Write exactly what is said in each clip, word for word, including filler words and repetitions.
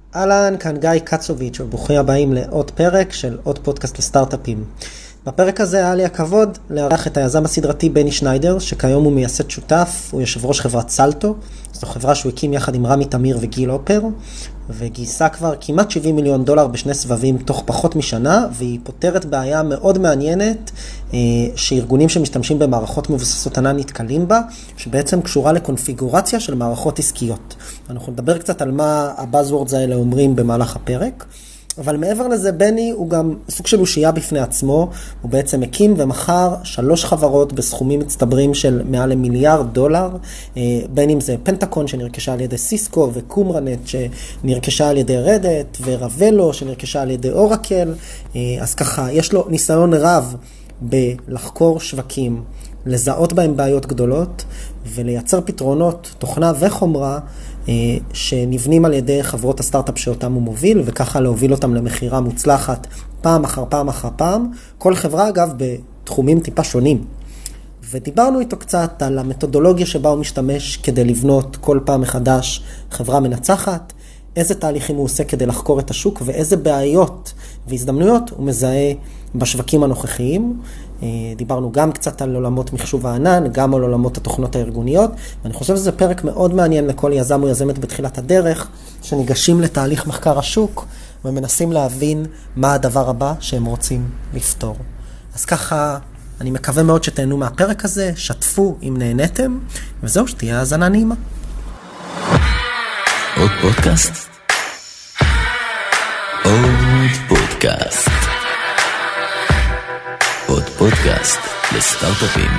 אהלן, כאן גיא קצוביץ' וברוכים הבאים לעוד פרק של עוד פודקאסט לסטארט-אפים. בפרק הזה היה לי הכבוד לארח את היזם הסדרתי בני שניידר, שכיום הוא מייסד שותף, הוא יושב ראש חברת סלטו, זו חברה שהוא הקים יחד עם רמי תמיר וגיל אופר, וגייסה כבר כמעט שבעים מיליון דולר בשני סבבים תוך פחות משנה, והיא פותרת בעיה מאוד מעניינת, שארגונים שמשתמשים במערכות מבוססות ענן נתקלים בה, שבעצם קשורה לקונפיגורציה של מערכות עסקיות. אנחנו נדבר קצת על מה הבאזוורדס האלה אומרים במהלך הפרק, אבל מעבר לזה, בני הוא גם סוג של אושייה בפני עצמו, הוא בעצם הקים ומחר שלוש חברות בסכומים מצטברים של מעל למיליארד דולר, בין אם זה פנטקון שנרכשה על ידי סיסקו, וקומרנט שנרכשה על ידי רדט, ורבלו שנרכשה על ידי אורקל, אז ככה, יש לו ניסיון רב בלחקור שווקים, לזהות בהם בעיות גדולות, ולייצר פתרונות, תוכנה וחומרה, שנבנים על ידי חברות הסטארט-אפ שאותם הוא מוביל, וככה להוביל אותם למחירה מוצלחת פעם אחר פעם אחר פעם, כל חברה אגב בתחומים טיפה שונים. ודיברנו איתו קצת על המתודולוגיה שבה הוא משתמש כדי לבנות כל פעם מחדש חברה מנצחת, איזה תהליכים הוא עושה כדי לחקור את השוק, ואיזה בעיות והזדמנויות הוא מזהה בשווקים הנוכחיים. דיברנו גם קצת על עולמות מחשוב הענן, גם על עולמות התוכנות הארגוניות, ואני חושב שזה פרק מאוד מעניין לכל יזם או יזמת בתחילת הדרך, שניגשים לתהליך מחקר השוק, ומנסים להבין מה הדבר הבא שהם רוצים לפתור. אז ככה, אני מקווה מאוד שתהנו מהפרק הזה, שתפו אם נהניתם, וזהו, שתהיה האזנה נעימה. עוד פודקאסט? עוד פודקאסט. עוד פודקאסט לסטארט-אפים.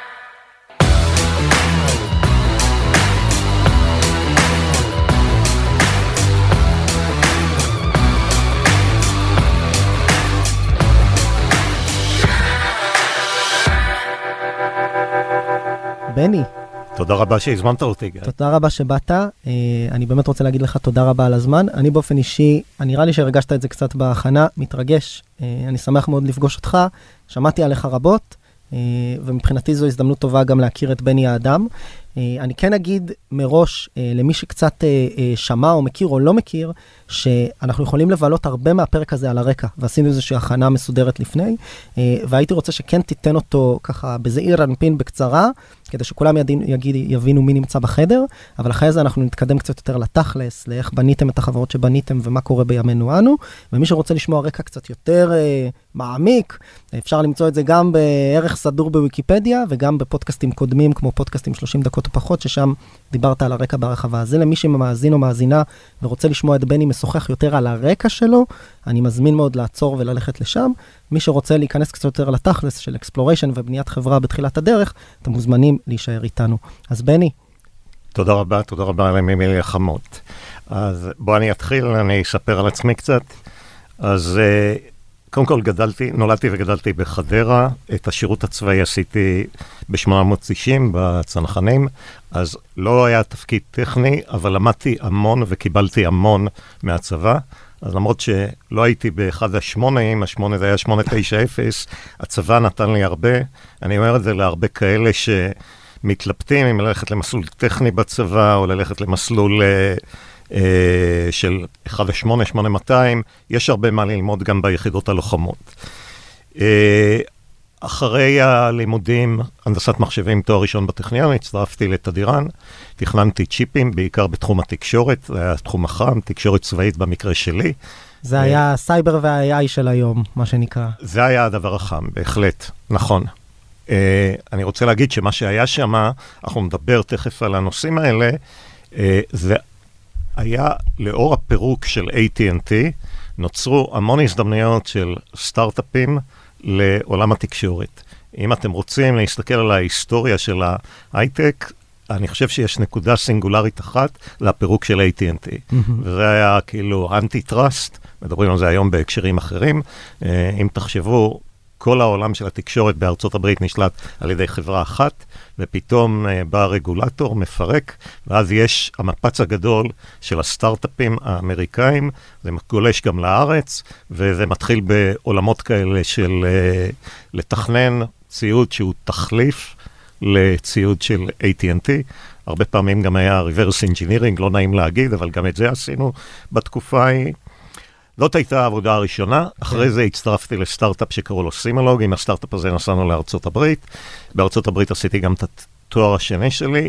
בני. תודה רבה שהזמנת אותי. תודה רבה שבאת. אני באמת רוצה להגיד לך תודה רבה על הזמן. אני באופן אישי, נראה לי שהרגשת את זה קצת בהכנה, מתרגש. אני שמח מאוד לפגוש אותך. שמעתי עליך רבות, ומבחינתי זו הזדמנות טובה גם להכיר את בני האדם. אני כן אגיד מראש, למי שקצת שמע או מכיר או לא מכיר, שאנחנו יכולים לבלות הרבה מהפרק הזה על הרקע, ועשינו איזושהי הכנה מסודרת לפני, והייתי רוצה שכן תיתן אותו ככה בזעיר אנפין בקצרה, כדי שכולם ידין, יגיד, יבינו מי נמצא בחדר, אבל אחרי זה אנחנו נתקדם קצת יותר לתכלס, לאיך בניתם את החברות שבניתם ומה קורה בימינו אנו, ומי שרוצה לשמוע רקע קצת יותר אה, מעמיק, אפשר למצוא את זה גם בערך סדור בוויקיפדיה, וגם בפודקאסטים קודמים, כמו פודקאסטים שלושים דקות או פחות, ששם דיברת על הרקע ברחבה. אז זה למי שמאזין או מאזינה, ורוצה לשמוע את בני משוחח יותר על הרקע שלו, אני מזמין מאוד לעצור וללכת לשם. מי שרוצה להיכנס קצת יותר לתכלס של אקספלוריישן ובניית חברה בתחילת הדרך, אתם מוזמנים להישאר איתנו. אז בני. תודה רבה, תודה רבה על המילים החמות. אז בוא אני אתחיל, אני אספר על עצמי קצת. אז קודם כל גדלתי, נולדתי וגדלתי בחדרה, את השירות הצבאי עשיתי ב-שמונה מאות תשעים בצנחנים, אז לא היה תפקיד טכני, אבל למדתי המון וקיבלתי המון מהצבא. אז למרות שלא הייתי באחד השמונים, השמונה זה היה שמונה תשע אפס, הצבא נתן לי הרבה. אני אומר את זה להרבה כאלה שמתלבטים אם ללכת למסלול טכני בצבא, או ללכת למסלול אה, אה, של אחד השמונה, שמונה מאתיים. יש הרבה מה ללמוד גם ביחידות הלוחמות. אה, אחרי הלימודים, הנדסת מחשבים תואר ראשון בטכניון, הצטרפתי לתדירן, תכננתי צ'יפים, בעיקר בתחום התקשורת, זה היה תחום החם, תקשורת צבאית במקרה שלי. זה היה הסייבר וה-איי איי של היום, מה שנקרא. זה היה הדבר החם, בהחלט, נכון. אני רוצה להגיד שמה שהיה שם, אנחנו נדבר תכף על הנושאים האלה, זה היה לאור הפירוק של איי טי אנד טי, נוצרו המון הזדמנויות של סטארט-אפים, לעולם התקשורת. אם אתם רוצים להסתכל על ההיסטוריה של ההייטק, אני חושב שיש נקודה סינגולרית אחת, זה הפירוק של איי טי אנד טי. Mm-hmm. וזה היה כאילו אנטי-טראסט, מדברים על זה היום בהקשרים אחרים. אם תחשבו, כל העולם של התקשורת בארצות הברית נשלט על ידי חברה אחת, ופתאום בא רגולטור, מפרק, ואז יש המפץ הגדול של הסטארט-אפים האמריקאים, זה גולש גם לארץ, וזה מתחיל בעולמות כאלה של לתכנן ציוד שהוא תחליף לציוד של איי טי אנד טי. הרבה פעמים גם היה reverse engineering, לא נעים להגיד, אבל גם את זה עשינו בתקופה ההיא. זאת הייתה העבודה הראשונה. אחרי זה הצטרפתי לסטארט-אפ שקראו לו סימלוג. עם הסטארט-אפ הזה נסענו לארצות הברית. בארצות הברית עשיתי גם את התואר השני שלי.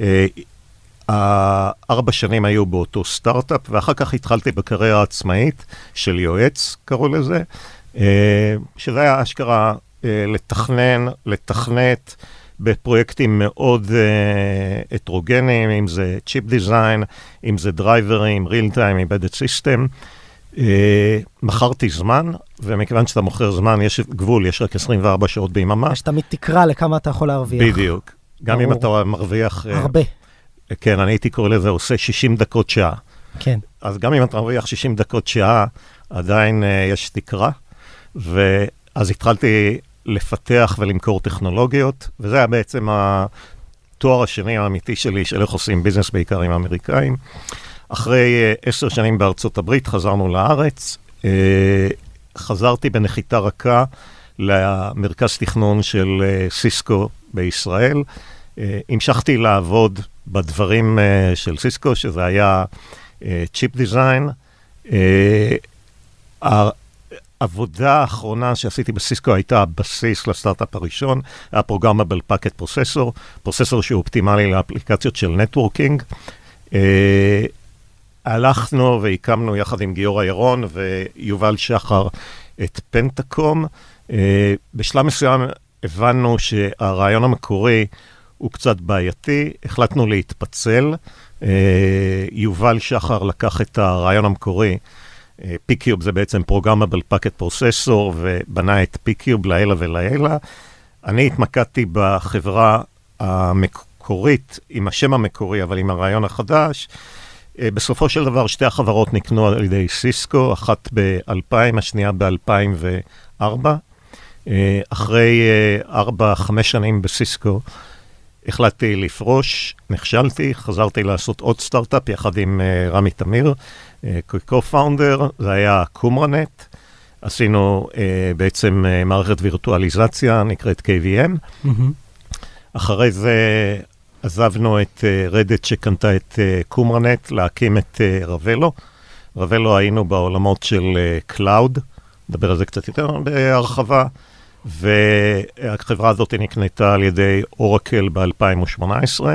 ארבע שנים היו באותו סטארט-אפ, ואחר כך התחלתי בקריירה עצמאית של יועץ, קראו לזה, שזה היה אשכרה לתכנן, לתכנת בפרויקטים מאוד הטרוגניים, אם זה צ'יפ דיזיין, אם זה דרייברים, ריל טיים, אימבדד סיסטם. מכרתי זמן, ומכיוון שאתה מוכר זמן, יש גבול, יש רק עשרים וארבע שעות ביממה. יש תמיד תקרה לכמה אתה יכול להרוויח. בדיוק. גם אם אתה מרוויח... הרבה. כן, אני הייתי קורא לזה, עושה שישים דקות שעה. כן. אז גם אם אתה מרוויח שישים דקות שעה, עדיין uh, יש תקרה, ואז התחלתי לפתח ולמכור טכנולוגיות, וזה היה בעצם התואר השני האמיתי שלי, של איך עושים ביזנס בעיקר עם האמריקאים. אחרי uh, עשר שנים בארצות הברית, חזרנו לארץ, uh, חזרתי בנחיתה רכה למרכז תכנון של uh, סיסקו בישראל, uh, המשכתי לעבוד בדברים uh, של סיסקו, שזה היה צ'יפ דיזיין. העבודה האחרונה שעשיתי בסיסקו הייתה הבסיס לסטארט-אפ הראשון, היה פרוגרמבל פאקט פרוססור, פרוססור שהוא אופטימלי לאפליקציות של נטוורקינג. הלכנו והקמנו יחד עם גיורא ירון ויובל שחר את פנטקום. בשלב מסוים הבנו שהרעיון המקורי הוא קצת בעייתי, החלטנו להתפצל. יובל שחר לקח את הרעיון המקורי, פיקיוב זה בעצם פרוגרמבל פאקט פרוססור, ובנה את פיקיוב לעילה ולעילה. אני התמקדתי בחברה המקורית, עם השם המקורי, אבל עם הרעיון החדש. בסופו של דבר שתי החברות נקנו על ידי סיסקו, אחת ב-אלפיים, השנייה ב-אלפיים וארבע. אחרי ארבע, חמש שנים בסיסקו, החלטתי לפרוש, נכשלתי, חזרתי לעשות עוד סטארט-אפ יחד עם uh, רמי תמיר, uh, co-founder, זה היה קומרנט, עשינו uh, בעצם uh, מערכת וירטואליזציה, נקראת קיי וי אם. Mm-hmm. אחרי זה עזבנו את uh, רדט שקנתה את uh, קומרנט, להקים את uh, רבלו. רבלו היינו בעולמות של uh, קלאוד, נדבר על זה קצת יותר בהרחבה, והחברה הזאת נקנתה על ידי אורקל ב-אלפיים שמונה עשרה,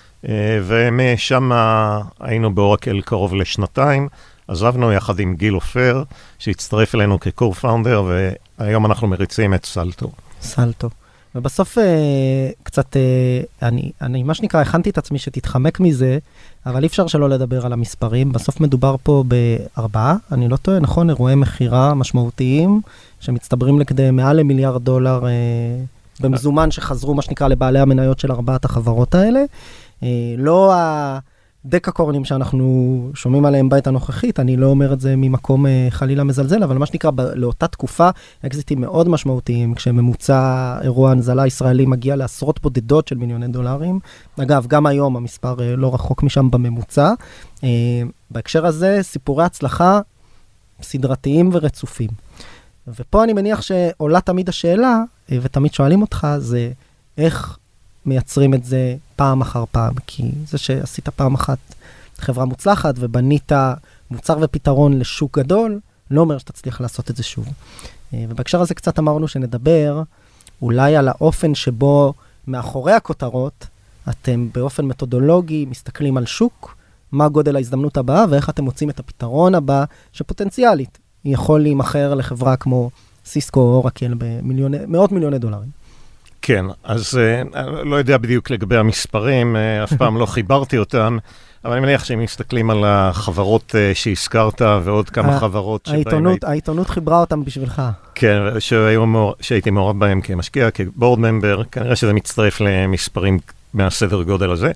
ומשם היינו באורקל קרוב לשנתיים, עזבנו יחד עם גיל אופר, שהצטרף אלינו כ-co-founder, והיום אנחנו מריצים את סלטו. סלטו. ובסוף קצת, אני, אני מה שנקרא, הכנתי את עצמי שתתחמק מזה, אבל אי אפשר שלא לדבר על המספרים. בסוף מדובר פה בארבעה, אני לא טועה, נכון, אירועי מחירה משמעותיים, שמצטברים לכדי מעל למיליארד דולר אה, במזומן שחזרו, מה שנקרא, לבעלי המניות של ארבעת החברות האלה. אה, לא הדקקורנים שאנחנו שומעים עליהם בעת הנוכחית, אני לא אומר את זה ממקום אה, חלילה מזלזל, אבל מה שנקרא, ב- לאותה תקופה, אקזיטים מאוד משמעותיים, כשממוצע אירוע הנזלה ישראלי מגיע לעשרות בודדות של מיליוני דולרים. אגב, גם היום המספר אה, לא רחוק משם בממוצע. אה, בהקשר הזה, סיפורי הצלחה סדרתיים ורצופים. ופה אני מניח שעולה תמיד השאלה, ותמיד שואלים אותך, זה איך מייצרים את זה פעם אחר פעם, כי זה שעשית פעם אחת חברה מוצלחת, ובנית מוצר ופתרון לשוק גדול, לא אומר שתצליח לעשות את זה שוב. ובהקשר הזה קצת אמרנו שנדבר, אולי על האופן שבו מאחורי הכותרות, אתם באופן מתודולוגי מסתכלים על שוק, מה גודל ההזדמנות הבאה, ואיך אתם מוצאים את הפתרון הבא, שפוטנציאלית יכול להימחר לחברה כמו סיסקו או אורקל במאות מיליוני דולרים. כן, אז לא יודע בדיוק לגבי המספרים, אף פעם לא חיברתי אותם, אבל אני מניח שהם מסתכלים על החברות שהזכרת ועוד כמה חברות שבהם... העיתונות חיברה אותם בשבילך. כן, שהייתי מעורב בהם כמשקיע, כבורד ממבר, כנראה שזה מצטרף למספרים מהסדר גודל הזה.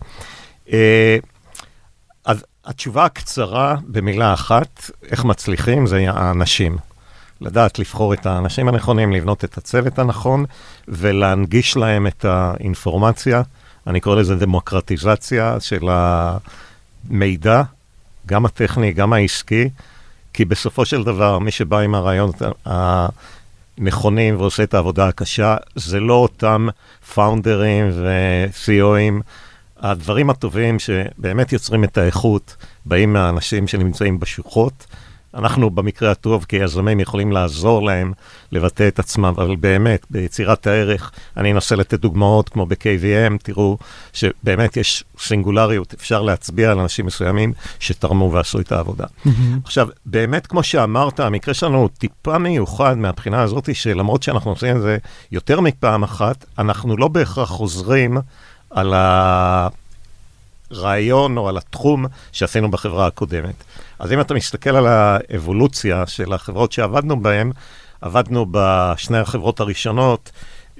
אז התשובה הקצרה במילה אחת, איך מצליחים, זה האנשים. לדעת לבחור את האנשים הנכונים, לבנות את הצוות הנכון, ולהנגיש להם את האינפורמציה. אני קורא לזה דמוקרטיזציה של המידע, גם הטכני, גם העסקי, כי בסופו של דבר, מי שבא עם הרעיון, נכונים ועושה את העבודה הקשה, זה לא אותם פאונדרים ו-סי אי או-ים. הדברים הטובים שבאמת יוצרים את האיכות, באים מהאנשים שנמצאים בשוחות. אנחנו במקרה הטוב כיזמים יכולים לעזור להם לבטא את עצמם, אבל באמת ביצירת הערך, אני אנסה לתת דוגמאות כמו ב-קיי וי אם, תראו שבאמת יש סינגולריות, אפשר להצביע על אנשים מסוימים שתרמו ועשו את העבודה. Mm-hmm. עכשיו, באמת כמו שאמרת, המקרה שלנו הוא טיפה מיוחד מהבחינה הזאת, שלמרות שאנחנו עושים את זה יותר מפעם אחת, אנחנו לא בהכרח חוזרים על הרעיון או על התחום שעשינו בחברה הקודמת. אז אם אתה מסתכל על האבולוציה של החברות שעבדנו בהן, עבדנו בשני החברות הראשונות,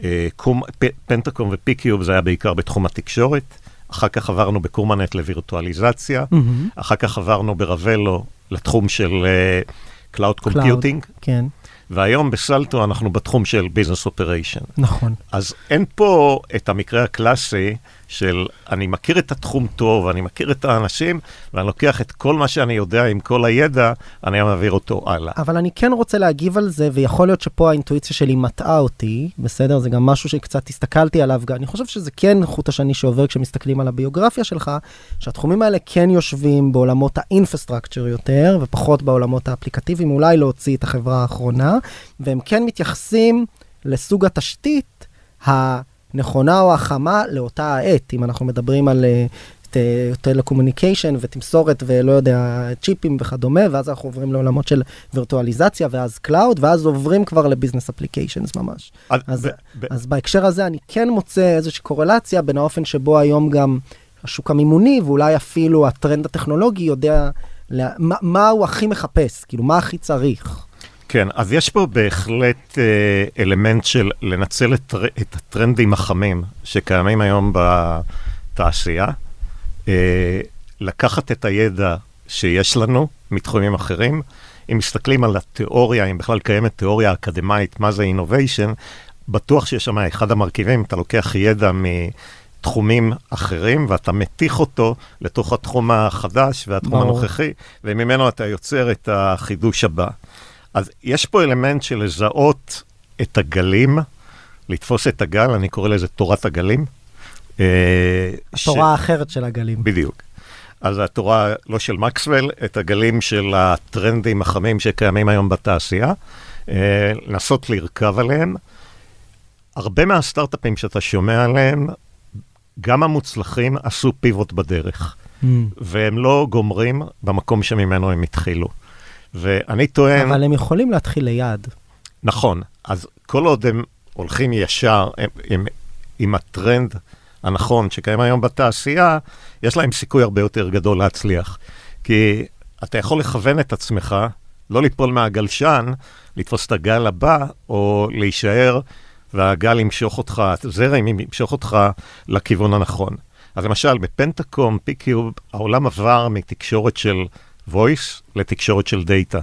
פנטקום ופיקיוב, זה היה בעיקר בתחום התקשורת, אחר כך עברנו בקורמנט לווירטואליזציה, mm-hmm. אחר כך עברנו ברבלו לתחום של uh, Cloud Computing, Cloud, כן. והיום בסלטו אנחנו בתחום של Business Operation. נכון. אז אין פה את המקרה הקלאסי של אני מכיר את התחום טוב, אני מכיר את האנשים, ואני לוקח את כל מה שאני יודע עם כל הידע, אני מעביר אותו הלאה. אבל אני כן רוצה להגיב על זה, ויכול להיות שפה האינטואיציה שלי מטעה אותי, בסדר? זה גם משהו שקצת הסתכלתי עליו, אני חושב שזה כן חוט השני שעובר כשמסתכלים על הביוגרפיה שלך, שהתחומים האלה כן יושבים בעולמות האינפרסטרקצ'ר יותר, ופחות בעולמות האפליקטיביים, אולי להוציא את החברה האחרונה, והם כן מתייחסים לסוג התשתית הנכונה או החמה לאותה העת, אם אנחנו מדברים על טלקומוניקיישן ותמסורת ולא יודע, צ'יפים וכדומה, ואז אנחנו עוברים לעולמות של וירטואליזציה, ואז קלאוד, ואז עוברים כבר לביזנס אפליקיישנס ממש. אז, אז, ב- ב- אז בהקשר הזה אני כן מוצא איזושהי קורלציה בין האופן שבו היום גם השוק המימוני, ואולי אפילו הטרנד הטכנולוגי יודע לה, מה, מה הוא הכי מחפש, כאילו מה הכי צריך. כן, אז יש פה בהחלט אה, אלמנט של לנצל את, את הטרנדים החמים שקיימים היום בתעשייה, אה, לקחת את הידע שיש לנו מתחומים אחרים. אם מסתכלים על התיאוריה, אם בכלל קיימת תיאוריה אקדמית, מה זה innovation, בטוח שיש שם אחד המרכיבים, אתה לוקח ידע מתחומים אחרים, ואתה מתיך אותו לתוך התחום החדש והתחום ברור. הנוכחי, וממנו אתה יוצר את החידוש הבא. אז יש פה אלמנט של לזהות את הגלים, לתפוס את הגל, אני קורא לזה תורת הגלים. התורה ש... האחרת של הגלים. בדיוק. אז התורה לא של מקסוול, את הגלים של הטרנדים החמים שקיימים היום בתעשייה, לנסות לרכב עליהם. הרבה מהסטארט-אפים שאתה שומע עליהם, גם המוצלחים עשו פיבוט בדרך, mm. והם לא גומרים במקום שממנו הם התחילו. ואני טוען... אבל הם יכולים להתחיל ליד. נכון. אז כל עוד הם הולכים ישר הם, הם, עם הטרנד הנכון שקיים היום בתעשייה, יש להם סיכוי הרבה יותר גדול להצליח. כי אתה יכול לכוון את עצמך, לא ליפול מהגלשן, לתפוס את הגל הבא, או להישאר, והגל ימשוך אותך, זרם ימשוך אותך לכיוון הנכון. אז למשל, בפנטקום, פיקיוב, העולם עבר מתקשורת של voice לתקשורת של דאטה.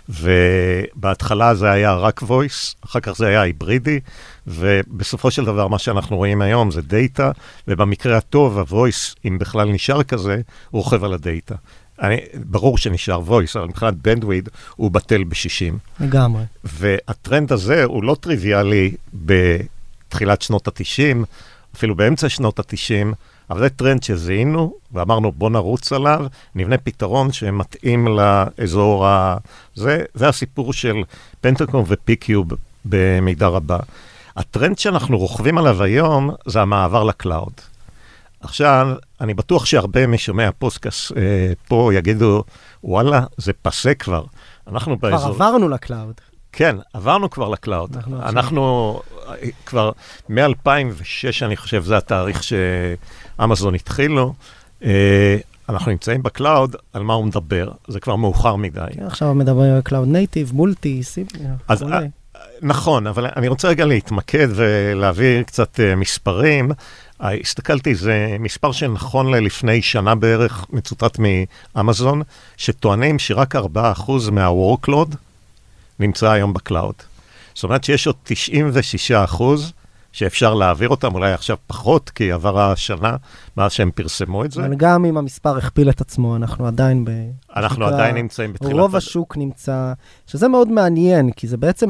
ובהתחלה זה היה רק voice, אחר כך זה היה היברידי, ובסופו של דבר מה שאנחנו רואים היום זה דאטה, ובמקרה הטוב ה-voice, אם בכלל נשאר כזה, הוא רוכב על הדאטה. אני, ברור שנשאר voice, אבל מבחינת bandwidth הוא בטל ב-שישים. לגמרי. והטרנד הזה הוא לא טריוויאלי בתחילת שנות ה-תשעים, אפילו באמצע שנות ה-תשעים, אבל זה טרנד שזיהינו, ואמרנו בוא נרוץ עליו, נבנה פתרון שמתאים לאזור ה... זה, זה הסיפור של פנטקום ופיקיוב במידה רבה. הטרנד שאנחנו רוכבים עליו היום, זה המעבר לקלאוד. עכשיו, אני בטוח שהרבה משומעי הפודקאסט אה, פה יגידו, וואלה, זה פסה כבר. אנחנו כבר באזור... עברנו לקלאוד. כן, עברנו כבר לקלאוד. אנחנו, אנחנו כבר מ-אלפיים ושש, אני חושב, זה התאריך שאמזון התחילו. אנחנו נמצאים בקלאוד, על מה הוא מדבר. זה כבר מאוחר מדי. כן, עכשיו מדברים על קלאוד נייטיב, מולטי, סימפלי. אז נכון, אבל אני רוצה רגע להתמקד ולהביא קצת מספרים. הסתכלתי, זה מספר שנכון ללפני שנה בערך, מצוטט מאמזון, שטוענים שרק ארבעה אחוז מה-workload נמצא היום בקלאוד. זאת אומרת שיש עוד תשעים ושישה אחוז שאפשר להעביר אותם, אולי עכשיו פחות, כי עברה השנה מאז שהם פרסמו את זה. אבל גם אם המספר הכפיל את עצמו, אנחנו עדיין ב... אנחנו עדיין נמצאים בתחילת... רוב השוק נמצא, שזה מאוד מעניין, כי זה בעצם,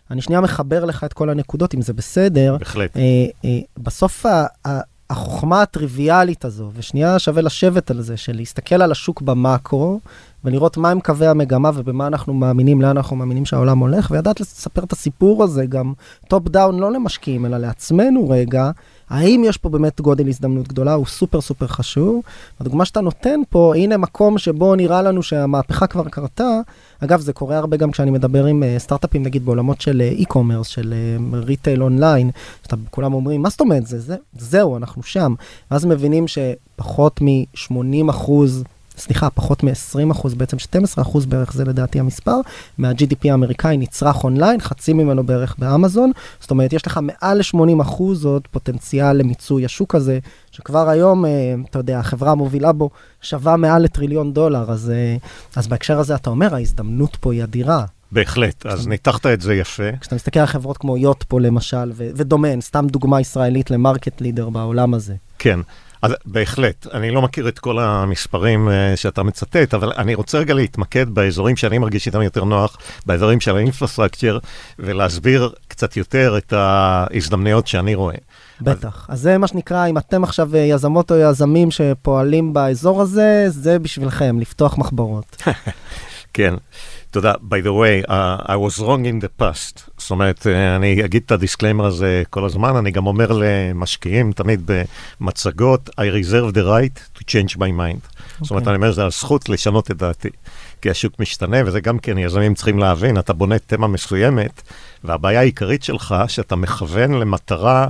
אני שנייה מחבר לך את כל הנקודות, אם זה בסדר. בהחלט. אה, אה, בסוף ה, ה, החוכמה הטריוויאלית הזו, ושנייה שווה לשבת על זה, של להסתכל על השוק במקרו, ולראות מה הם קווי המגמה, ובמה אנחנו מאמינים, לאן אנחנו מאמינים שהעולם הולך, וידעת לספר את הסיפור הזה גם טופ דאון, לא למשקיעים, אלא לעצמנו רגע, האם יש פה באמת גודל הזדמנות גדולה, הוא סופר סופר חשוב. הדוגמה שאתה נותן פה, הנה מקום שבו נראה לנו שהמהפכה כבר קרתה, אגב, זה קורה הרבה גם כשאני מדבר עם סטארט-אפים, נגיד בעולמות של אי-קומרס, של ריטייל אונליין, שאתה כולם אומרים, מה זאת אומרת? זה, זה, זהו, אנחנו שם. ואז מבינים שפחות מ-שמונים אחוז, סליחה, פחות מ-עשרים אחוז, בעצם שנים עשר אחוז בערך, זה לדעתי המספר, מה-ג'י די פי האמריקאי נצרך אונליין, חצי ממנו בערך באמזון, זאת אומרת, יש לך מעל ל-שמונים אחוז עוד פוטנציאל למיצוי השוק הזה, שכבר היום, אתה יודע, החברה המובילה בו שווה מעל לטריליון דולר, אז, אז בהקשר הזה אתה אומר, ההזדמנות פה היא אדירה. בהחלט, אז ניתחת את זה יפה. כשאתה מסתכל על חברות כמו יוט פה למשל, ו- ודומיין, סתם דוגמה ישראלית למרקט לידר בעולם הזה. כן. אז בהחלט, אני לא מכיר את כל המספרים uh, שאתה מצטט, אבל אני רוצה רגע להתמקד באזורים שאני מרגיש איתם יותר נוח, באזורים של האינפרסטרקצ'ר, ולהסביר קצת יותר את ההזדמנויות שאני רואה. בטח. אז, אז זה מה שנקרא, אם אתם עכשיו יזמות או יזמים שפועלים באזור הזה, זה בשבילכם, לפתוח מחברות. כן. תודה. By the way, uh, I was wrong in the past. זאת אומרת, אני אגיד את הדיסקליימר הזה כל הזמן, אני גם אומר למשקיעים, תמיד במצגות, I reserve the right to change my mind. Okay. זאת אומרת, אני אומר, זה הזכות לשנות את דעתי. כי השוק משתנה, וזה גם כן, יזמים צריכים להבין, אתה בונה תמה מסוימת, והבעיה העיקרית שלך, שאתה מכוון למטרה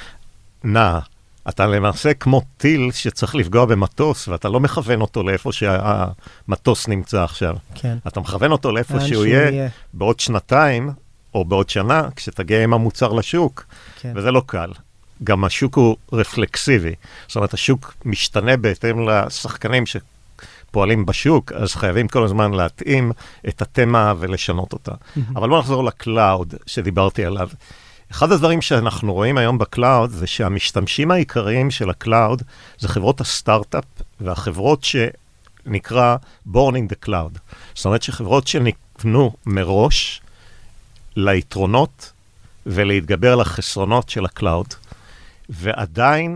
נעה. אתה למעשה כמו טיל שצריך לפגוע במטוס, ואתה לא מכוון אותו לאיפה שהמטוס נמצא עכשיו. כן. אתה מכוון אותו לאיפה שהוא יהיה, יהיה בעוד שנתיים, או בעוד שנה, כשתגיע עם המוצר לשוק, כן. וזה לא קל. גם השוק הוא רפלקסיבי. זאת אומרת, השוק משתנה בהתאם לשחקנים שפועלים בשוק, אז חייבים כל הזמן להתאים את התמה ולשנות אותה. אבל בוא נחזור לקלאוד שדיברתי עליו. אחד הדברים שאנחנו רואים היום בקלאוד, זה שהמשתמשים העיקריים של הקלאוד, זה חברות הסטארט-אפ, והחברות שנקרא born in the cloud. זאת אומרת שחברות שנקנו מראש ליתרונות, ולהתגבר על החסרונות של הקלאוד, ועדיין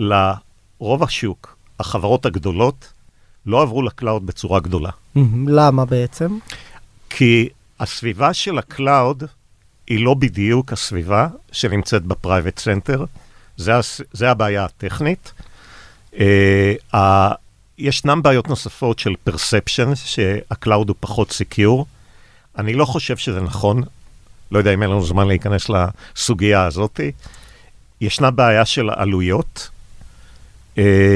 לרוב השוק, החברות הגדולות, לא עברו לקלאוד בצורה גדולה. למה בעצם? כי הסביבה של הקלאוד, היא לא בדיוק הסביבה שנמצאת בפרייבט סנטר, זה, זה הבעיה הטכנית. Uh, ישנם בעיות נוספות של פרספשן, שהקלאוד הוא פחות סקיור. אני לא חושב שזה נכון, לא יודע אם אין לנו זמן להיכנס לסוגיה הזאת. ישנה בעיה של עלויות, uh,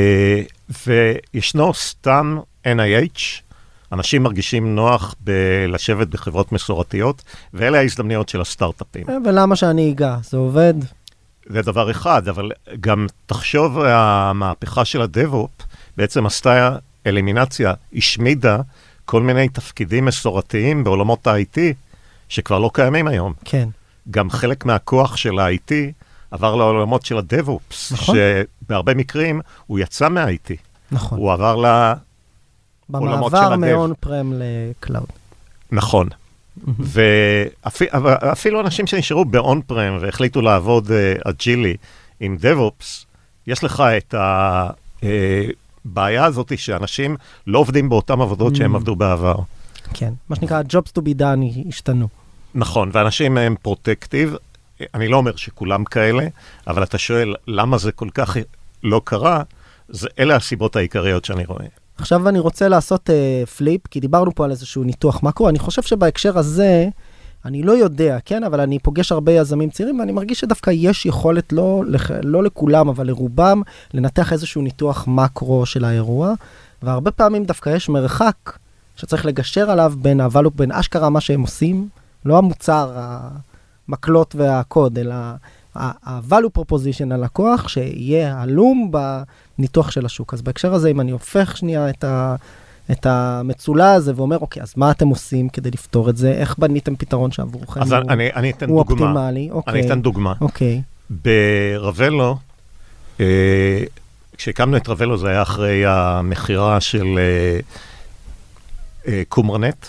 וישנו סתם אן איי אייץ', אנשים מרגישים נוח בלשבת בחברות מסורתיות, ואלה ההזדמנויות של הסטארט-אפים. ולמה שאני אגע? זה עובד? זה דבר אחד, אבל גם תחשוב, המהפכה של הדב-אופ בעצם עשתה אלימינציה, השמידה כל מיני תפקידים מסורתיים בעולמות ה-איי טי, שכבר לא קיימים היום. כן. גם חלק מהכוח של ה-איי טי עבר לעולמות של הדב-אופס, נכון. שבהרבה מקרים הוא יצא מה-איי טי. נכון. הוא עבר ל... במעבר מאון-פרם לקלאוד. נכון. ואפילו אנשים שנשארו באון-פרם והחליטו לעבוד אג'ילי עם DevOps, יש לך את הבעיה הזאת שאנשים לא עובדים באותן עבודות שהם עבדו בעבר. כן, מה שנקרא, jobs to be done השתנו. נכון, ואנשים הם פרוטקטיב, אני לא אומר שכולם כאלה, אבל אתה שואל למה זה כל כך לא קרה, אלה הסיבות העיקריות שאני רואה. עכשיו אני רוצה לעשות uh, פליפ, כי דיברנו פה על איזשהו ניתוח מקרו, אני חושב שבהקשר הזה, אני לא יודע, כן, אבל אני פוגש הרבה יזמים צעירים, ואני מרגיש שדווקא יש יכולת, לא, לא לכולם, אבל לרובם, לנתח איזשהו ניתוח מקרו של האירוע, והרבה פעמים דווקא יש מרחק, שצריך לגשר עליו בין הוואלו, בין אשכרה מה שהם עושים, לא המוצר, המקלות והקוד, אלא ה-value proposition ללקוח, שיהיה הלום בניתוח של השוק. אז בהקשר הזה, אם אני הופך שנייה את, ה, את המצולה הזה, ואומר, אוקיי, אז מה אתם עושים כדי לפתור את זה? איך בניתם פתרון שעבורכם? אז הוא, אני, אני אתן הוא דוגמה. אופטימלי? אוקיי. אני אתן דוגמה. אוקיי. ברבלו, אה, כשהקמנו את רבלו, זה היה אחרי המחירה של אה, אה, קומרנט,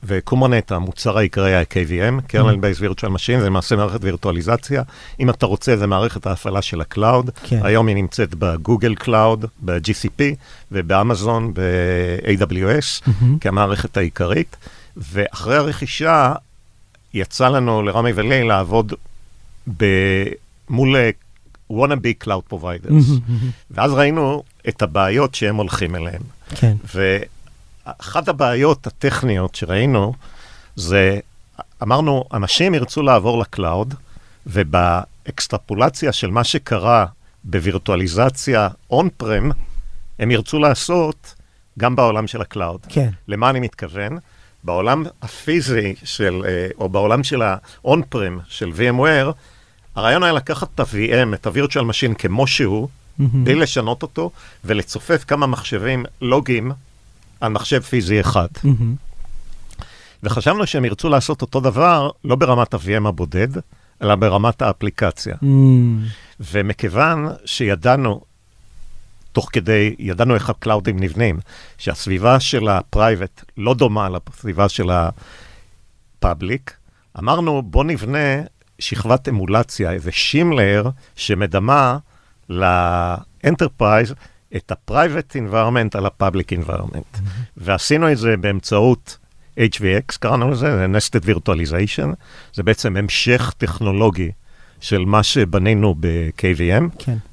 וקומונט, המוצר העיקרי ה-K V M, Kernel Based Virtual Machine, זה למעשה מערכת וירטואליזציה. אם אתה רוצה, זה מערכת ההפעלה של הקלאוד. כן. היום היא נמצאת בגוגל קלאוד, ב-G C P ובאמזון, ב-A W S, Mm-hmm. כמערכת העיקרית. ואחרי הרכישה, יצא לנו לרמי ולי לעבוד ב- מול wannabe cloud providers. Mm-hmm. ואז ראינו את הבעיות שהם הולכים אליהם. כן. ואחת הבעיות הטכניות שראינו, זה, אמרנו, אנשים ירצו לעבור לקלאוד, ובאקסטרפולציה של מה שקרה בווירטואליזציה on-prem, הם ירצו לעשות גם בעולם של הקלאוד. כן. למה אני מתכוון? בעולם הפיזי של, או בעולם של ה-on-prem של VMware, הרעיון היה לקחת את ה-V M, את ה-Virtual Machine כמו שהוא, mm-hmm. בלי לשנות אותו, ולצופף כמה מחשבים לוגים על מחשב פיזי אחד. Mm-hmm. וחשבנו שהם ירצו לעשות אותו דבר, לא ברמת ה-V M הבודד, אלא ברמת האפליקציה. Mm-hmm. ומכיוון שידענו, תוך כדי, ידענו איך הקלאודים נבנים, שהסביבה של ה-Private לא דומה לסביבה של ה-Public, אמרנו, בוא נבנה שכבת אמולציה, איזה שימלר שמדמה לאנטרפרייז את ה-Private Environment על ה-Public Environment. Mm-hmm. ועשינו את זה באמצעות H V X, קראנו לזה, זה Nested Virtualization, זה בעצם המשך טכנולוגי של מה שבנינו ב-K V M. כן.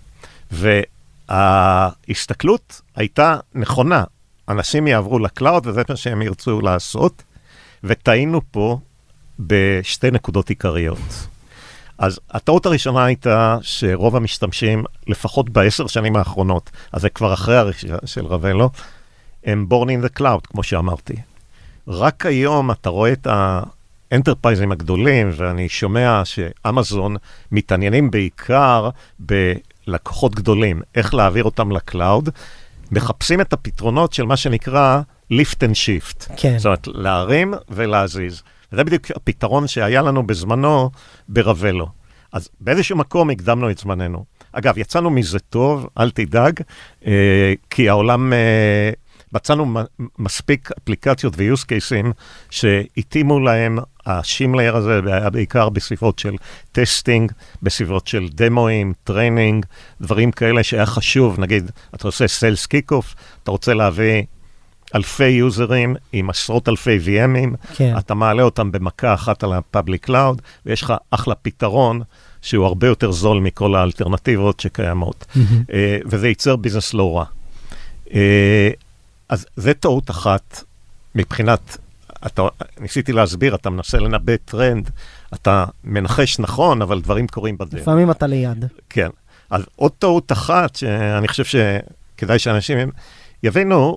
וההסתכלות הייתה נכונה. אנשים יעברו לקלאוד, וזה מה שהם ירצו לעשות, וטעינו פה בשתי נקודות עיקריות. אז הטעות הראשונה הייתה שרוב המשתמשים, לפחות בעשר שנים האחרונות, אז זה כבר אחרי הרכישה של רבלו, הם born in the cloud, כמו שאמרתי. רק היום אתה רואה את האנטרפרייזים הגדולים, ואני שומע שאמזון מתעניינים בעיקר בלקוחות גדולים, איך להעביר אותם לקלאוד, מחפשים את הפתרונות של מה שנקרא lift and shift. כן. זאת אומרת, להרים ולהזיז. וזה בדיוק הפתרון שהיה לנו בזמנו ברבלו. אז באיזשהו מקום הקדמנו את זמננו. אגב, יצאנו מזה טוב, אל תדאג, אה, כי העולם, אה, מצאנו מספיק אפליקציות ו-use cases שהתאימו להם, השימלייר הזה היה בעיקר בסביבות של טסטינג, בסביבות של דמואים, טריינינג, דברים כאלה שהיה חשוב, נגיד, אתה עושה סיילס קיק-אוף, אתה רוצה להביא אלפי יוזרים עם עשרות אלפי V M'ים, כן. אתה מעלה אותם במכה אחת על ה-Public Cloud, ויש לך אחלה פתרון שהוא הרבה יותר זול מכל האלטרנטיבות שקיימות. Mm-hmm. Uh, וזה ייצר ביזנס לא רע. Uh, אז זה טעות אחת מבחינת, אתה, ניסיתי להסביר, אתה מנסה לנבא טרנד, אתה מנחש נכון, אבל דברים קורים בדרך. לפעמים אתה ליד. כן. אז עוד טעות אחת, שאני חושב שכדאי שאנשים יבינו,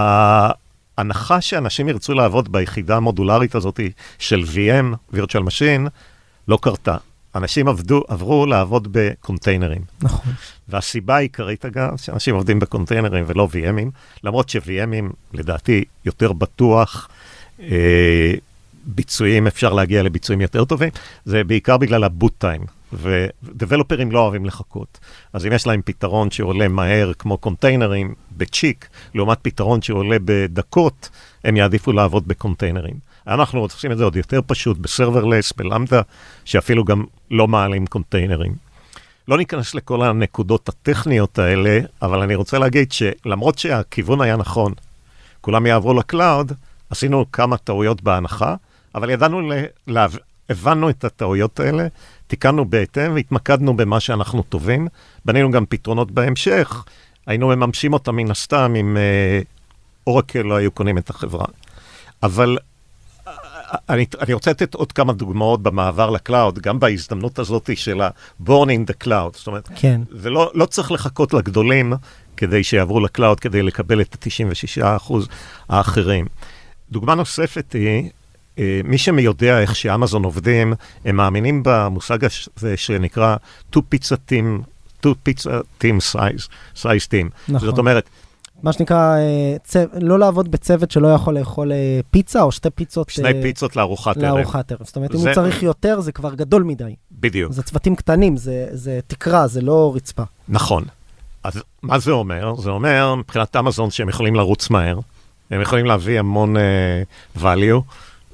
ההנחה שאנשים ירצו לעבוד ביחידה המודולרית הזאת של V M, Virtual Machine, לא קרתה. אנשים עבדו, עברו לעבוד בקונטיינרים. נכון. והסיבה העיקרית, אגב, שאנשים עובדים בקונטיינרים ולא V M'ים, למרות ש-V M'ים, לדעתי, יותר בטוח, אה, ביצועים, אפשר להגיע לביצועים יותר טובים, זה בעיקר בגלל הבוט טיים. ודבלופרים לא אוהבים לחכות. אז אם יש להם פתרון שעולה מהר כמו קונטיינרים בצ'יק, לעומת פתרון שעולה בדקות, הם יעדיפו לעבוד בקונטיינרים. אנחנו עושים את זה עוד יותר פשוט בסרברלס, בלמדה, שאפילו גם לא מעלים קונטיינרים. לא ניכנס לכל הנקודות הטכניות האלה, אבל אני רוצה להגיד שלמרות שהכיוון היה נכון, כולם יעברו לקלאוד, עשינו כמה טעויות בהנחה, אבל ידענו לה... הבנו את הטעויות האלה, תיקנו בהתאם והתמקדנו במה שאנחנו טובים, בנינו גם פתרונות בהמשך, היינו מממשים אותם מן הסתם אם אה, אורקל לא היו קונים את החברה. אבל אני, אני רוצה לתת עוד כמה דוגמאות במעבר לקלאוד, גם בהזדמנות הזאת של ה-born in the cloud, זאת אומרת, כן. זה לא, לא צריך לחכות לגדולים כדי שיעברו לקלאוד, כדי לקבל את ה-תשעים ושישה אחוז האחרים. דוגמה נוספת היא, מי שיודע איך שאמזון עובדים, הם מאמינים במושג הזה שנקרא two pizza team, two pizza team size, size team. נכון. זאת אומרת, מה שנקרא, צו... לא לעבוד בצוות שלא יכול לאכול פיצה, או שתי פיצות... שני פיצות לארוחת ערב. לארוחת ערב. זאת אומרת, זה... אם הוא צריך יותר, זה כבר גדול מדי. בדיוק. זה צוותים קטנים, זה, זה תקרה, זה לא רצפה. נכון. אז מה זה אומר? זה אומר, מבחינת אמזון, שהם יכולים לרוץ מהר, הם יכולים להביא המון uh, value,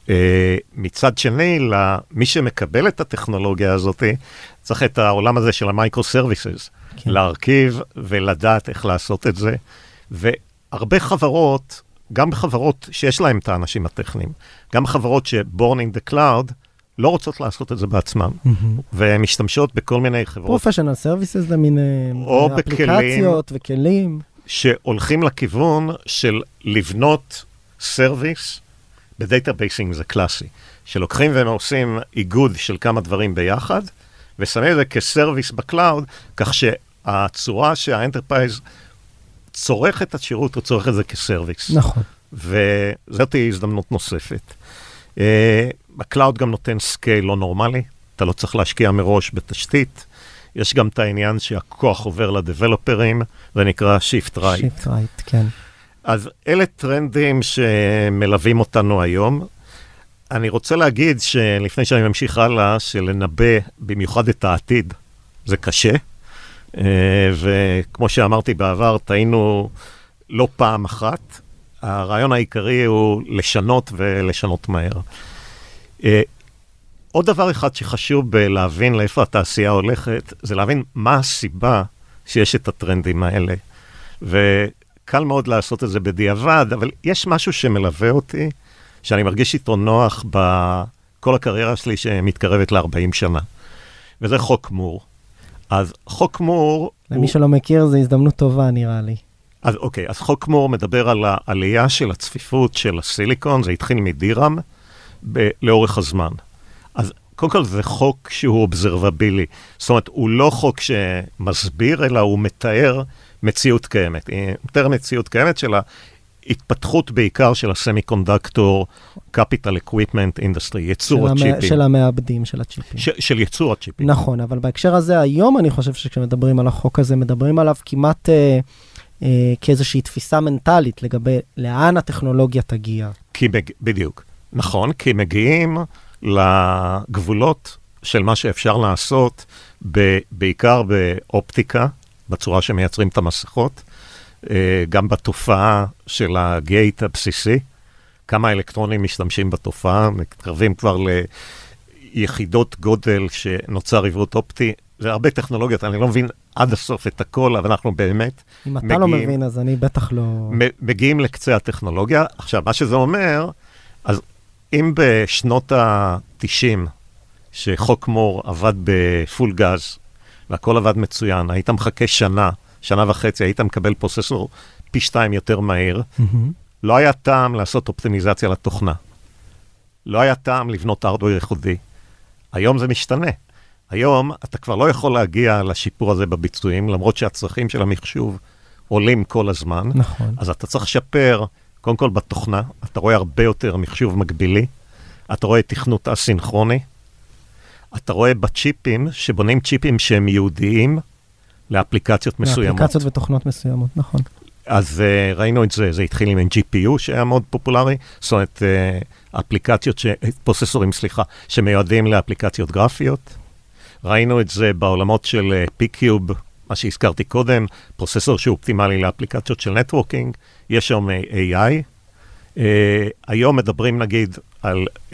מצד שני, למי שמקבל את הטכנולוגיה הזאת, צריך את העולם הזה של המייקרו-סרוויסס, כן. להרכיב ולדעת איך לעשות את זה. והרבה חברות, גם חברות שיש להם את האנשים הטכניים, גם חברות ש-born in the cloud, לא רוצות לעשות את זה בעצמם, mm-hmm. והן משתמשות בכל מיני חברות. Professional services למיני אפליקציות וכלים. שהולכים לכיוון של לבנות סרוויס, בדאטאבייסינג זה קלאסי, שלוקחים והם עושים איגוד של כמה דברים ביחד, ושמים את זה כסרוויס בקלאוד, כך שהצורה שהאנטרפרייז צורך את השירות, הוא צורך את זה כסרוויס. נכון. וזאת היא הזדמנות נוספת. Uh, הקלאוד גם נותן סקייל לא נורמלי, אתה לא צריך להשקיע מראש בתשתית, יש גם את העניין שהכוח עובר לדבלופרים, זה נקרא shift right. shift right, כן. אז אלה טרנדים שמלווים אותנו היום. אני רוצה להגיד שלפני שאני ממשיך הלאה, שלנבא במיוחד את העתיד, זה קשה. וכמו שאמרתי בעבר, טעינו לא פעם אחת. הרעיון העיקרי הוא לשנות ולשנות מהר. עוד דבר אחד שחשוב להבין לאיפה התעשייה הולכת, זה להבין מה הסיבה שיש את הטרנדים האלה. וקל מאוד לעשות את זה בדיעבד, אבל יש משהו שמלווה אותי, שאני מרגיש איתו נוח בכל הקריירה שלי שמתקרבת ל-ארבעים שנה. וזה חוק מור. אז חוק מור... למי הוא... שלא מכיר, זו הזדמנות טובה, נראה לי. אז אוקיי, אז חוק מור מדבר על העלייה של הצפיפות של הסיליקון, זה התחיל מדירם ב- לאורך הזמן. אז קודם כל זה חוק שהוא אובזרבבילי. זאת אומרת, הוא לא חוק שמסביר, אלא הוא מתאר מציאות קיימת. מתאר מציאות קיימת של ההתפתחות בעיקר של הסמי-קונדקטור, capital equipment industry, יצור של הצ'יפים. המ... של המעבדים של הצ'יפים. ש... של יצור הצ'יפים. נכון, אבל בהקשר הזה היום אני חושב שכשמדברים על החוק הזה, מדברים עליו כמעט אה, אה, כאיזושהי תפיסה מנטלית לגבי לאן הטכנולוגיה תגיע. כי מג... בדיוק. נכון, כי מגיעים לגבולות של מה שאפשר לעשות, ב... בעיקר באופטיקה, בצורה שמייצרים את המסכות, גם בתופעה של הגייט הבסיסי, כמה אלקטרונים משתמשים בתופעה, מתקרבים כבר ליחידות גודל שנוצר עיוות אופטי, זה הרבה טכנולוגיות, אני לא מבין עד הסוף את הכל, אבל אנחנו באמת אם אתה מגיעים, לא מבין, אז אני בטח לא... מגיעים לקצה הטכנולוגיה. עכשיו, מה שזה אומר, אז אם בשנות ה-תשעים, שחוק מור עבד בפול גז, והכל עבד מצוין, היית מחכה שנה, שנה וחצי, היית מקבל פרוססור פי שתיים יותר מהיר, mm-hmm. לא היה טעם לעשות אופטימיזציה לתוכנה. לא היה טעם לבנות ארדוור ייחודי. היום זה משתנה. היום אתה כבר לא יכול להגיע לשיפור הזה בביצועים, למרות שהצרכים של המחשוב עולים כל הזמן. נכון. אז אתה צריך לשפר, קודם כל בתוכנה, אתה רואה הרבה יותר מחשוב מקבילי, אתה רואה תכנות אסינכרוני, אתה רואה בצ'יפים, שבונים צ'יפים שהם יהודיים, לאפליקציות מסוימות. לאפליקציות ותוכנות מסוימות, נכון. אז uh, ראינו את זה, זה התחיל עם ג'י פי יו שהיה מאוד פופולרי, זאת אומרת, uh, אפליקציות, ש... פרוססורים, סליחה, שמיועדים לאפליקציות גרפיות. ראינו את זה בעולמות של פיקיוב, מה שהזכרתי קודם, פרוססור שהוא אופטימלי לאפליקציות של נטוורקינג, יש שם איי איי. Uh, היום מדברים נגיד על uh,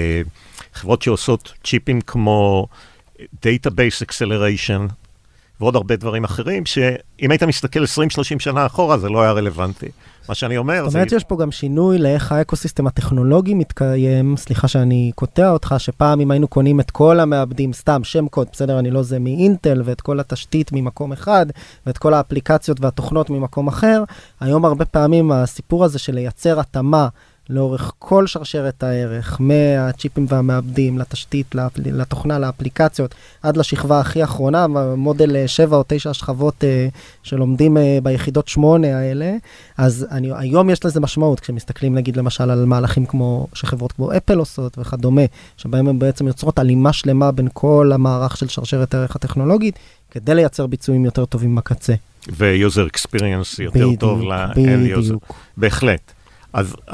חברות שעושות צ'יפים כמו Database Acceleration, ועוד הרבה דברים אחרים, שאם היית מסתכל עשרים שלושים שנה אחורה, זה לא היה רלוונטי. מה שאני אומר... זאת אומרת שיש פה גם שינוי לאיך האקוסיסטם הטכנולוגי מתקיים, סליחה שאני קוטע אותך, שפעם אם היינו קונים את כל המעבדים, סתם שם קוד, בסדר, אני לא זה מאינטל, ואת כל התשתית ממקום אחד, ואת כל האפליקציות והתוכנות ממקום אחר, היום הרבה פעמים הסיפור הזה של לייצר התאמה, לאורך כל שרשרת הערך, מהצ'יפים והמעבדים, לתשתית, לתוכנה, לאפליקציות, עד לשכבה הכי האחרונה, מודל שבע או תשע השכבות שלומדים ביחידות שמונה האלה, אז אני, היום יש לזה משמעות, כשמסתכלים נגיד למשל על מהלכים כמו, שחברות כמו אפל עושות וכדומה, שבהם הם בעצם יוצרות עלימה שלמה בין כל המערך של שרשרת הערך הטכנולוגית, כדי לייצר ביצועים יותר טובים בקצה. ו-user experience יותר בדיוק, טוב ל-end user. בהחלט. אז uh,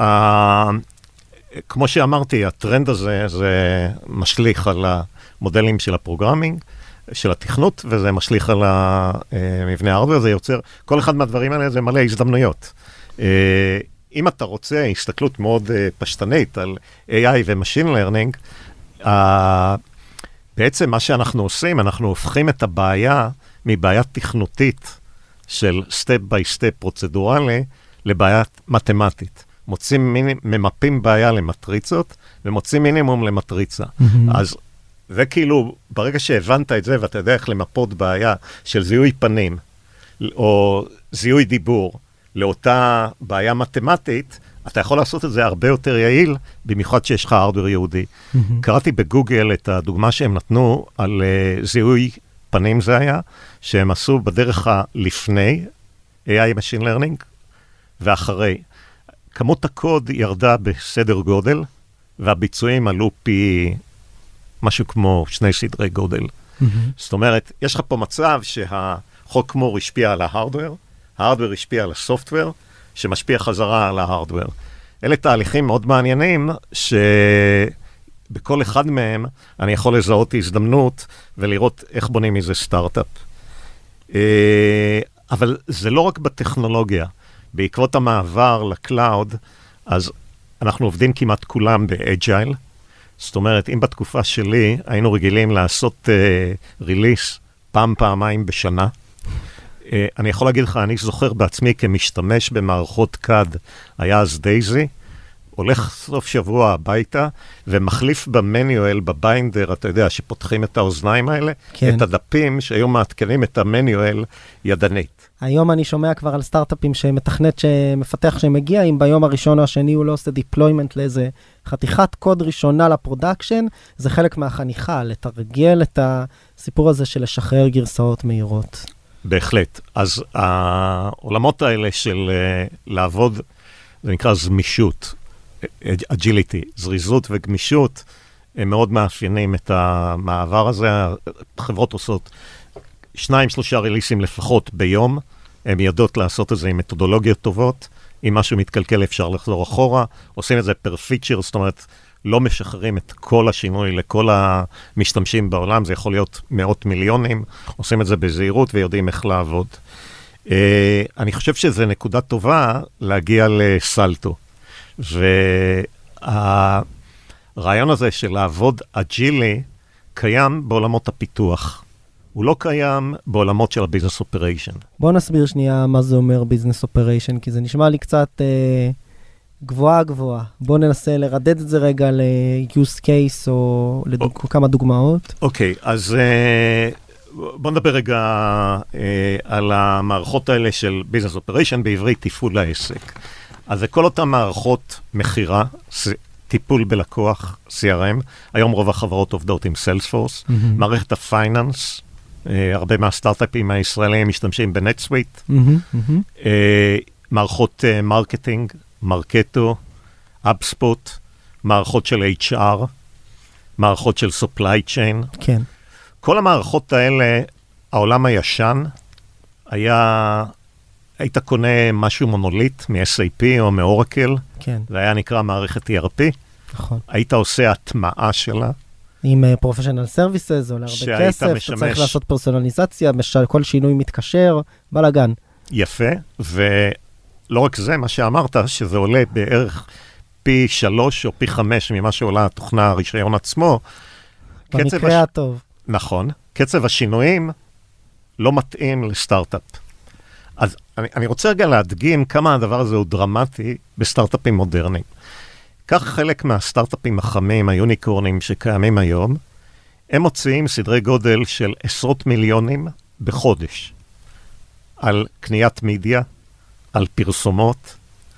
כמו שאמרתי, הטרנד הזה זה משליך על המודלים של הפרוגרמינג, של התכנות, וזה משליך על המבנה ההרדוור, זה יוצר, כל אחד מהדברים האלה זה מלא הזדמנויות. Uh, אם אתה רוצה הסתכלות מאוד uh, פשטנית על איי איי ו-Machine Learning, uh, בעצם מה שאנחנו עושים, אנחנו הופכים את הבעיה מבעיה תכנותית של סטפ ביי סטפ פרוצדורלי, לבעיה מתמטית. מוצאים, מינימ, ממפים בעיה למטריצות, ומוצאים מינימום למטריצה. Mm-hmm. אז זה כאילו, ברגע שהבנת את זה, ואתה יודע איך למפות בעיה של זיהוי פנים, או זיהוי דיבור, לאותה בעיה מתמטית, אתה יכול לעשות את זה הרבה יותר יעיל, במיוחד שיש לך הארדוור יהודי. Mm-hmm. קראתי בגוגל את הדוגמה שהם נתנו על uh, זיהוי פנים זה היה, שהם עשו בדרך הלפני, איי איי Machine Learning, ואחרי. כמות הקוד ירדה בסדר גודל, והביצועים עלו פי משהו כמו שני סדרי גודל. Mm-hmm. זאת אומרת, יש לך פה מצב שהחוק מור השפיע על ההארדוור, ההארדוור השפיע על הסופטוור, שמשפיע חזרה על ההארדוור. אלה תהליכים מאוד מעניינים, שבכל אחד מהם אני יכול לזהות הזדמנות, ולראות איך בונים איזה סטארט-אפ. אבל זה לא רק בטכנולוגיה. בעקבות המעבר לקלאוד, אז אנחנו עובדים כמעט כולם באג'ייל. זאת אומרת, אם בתקופה שלי היינו רגילים לעשות ריליס uh, פעם, פעמיים בשנה, uh, אני יכול להגיד לך, אני זוכר בעצמי כמשתמש במערכות קאד, היה אז דייזי, הולך סוף שבוע הביתה, ומחליף במניואל, בביינדר, אתה יודע, שפותחים את האוזניים האלה, כן. את הדפים שהיום מעדכנים את המניואל ידנית. היום אני שומע כבר על סטארט-אפים שמתכנת, שמפתח שמגיע, אם ביום הראשון או השני הוא לא עושה דיפלוימנט לאיזה חתיכת קוד ראשונה לפרודקשן, זה חלק מהחניכה, לתרגל את הסיפור הזה של לשחרר גרסאות מהירות. בהחלט. אז העולמות האלה של לעבוד, זה נקרא זמישות, אג'יליטי, זריזות וגמישות, הם מאוד מאפיינים את המעבר הזה. החברות עושות שניים, שלושה ריליסים לפחות ביום, הם יודעות לעשות את זה עם מתודולוגיות טובות, אם משהו מתקלקל אפשר לחזור אחורה, עושים את זה פר פיצ'ר, זאת אומרת, לא משחררים את כל השינוי לכל המשתמשים בעולם, זה יכול להיות מאות מיליונים, עושים את זה בזהירות ויודעים איך לעבוד. אני חושב שזה נקודה טובה להגיע לסלטו, והרעיון הזה של לעבוד אג'ילי קיים בעולמות הפיתוח. הוא לא קיים בעולמות של הביזנס אופריישן. בוא נסביר שנייה מה זה אומר ביזנס אופריישן, כי זה נשמע לי קצת אה, גבוהה גבוהה. בוא ננסה לרדד את זה רגע ל-use case או לכמה דוגמאות. אוקיי, אז אה, בוא נדבר רגע אה, על המערכות האלה של ביזנס אופריישן, בעברית תפעול העסק. אז זה כל אותם מערכות מחירה, טיפול בלקוח, סי אר אם, היום רוב החברות עובדות עם סיילספורס, mm-hmm. מערכת הפייננס, אה, הרבה מהסטארט-אפים הישראלים משתמשים בנטסוויט, mm-hmm, mm-hmm. אה, מערכות אה, מרקטינג, מרקטו, אבספוט, מערכות של אייץ' אר, מערכות של supply chain. כן. כל המערכות האלה, העולם הישן, היה, היית קונה משהו מונוליט מ-אס איי פי או מאורקל, כן. זה היה נקרא מערכת אי אר פי. נכון. היית עושה הטמעה שלה. עם uh, professional services, עולה הרבה כסף, משמש... אתה צריך לעשות פרסונליזציה, כל שינוי מתקשר, בלגן. יפה, ולא רק זה, מה שאמרת, שזה עולה בערך פי שלוש או פי חמש ממה שעולה התוכנה הרישיון עצמו. במקרה הש... הטוב. נכון. קצב השינויים לא מתאים לסטארט-אפ. אז אני, אני רוצה רגע להדגים כמה הדבר הזה הוא דרמטי בסטארט-אפים מודרניים. כך חלק מהסטארט-אפים החמים, היוניקורנים שקיימים היום, הם מוציאים סדרי גודל של עשרות מיליונים בחודש על קניית מידיה, על פרסומות.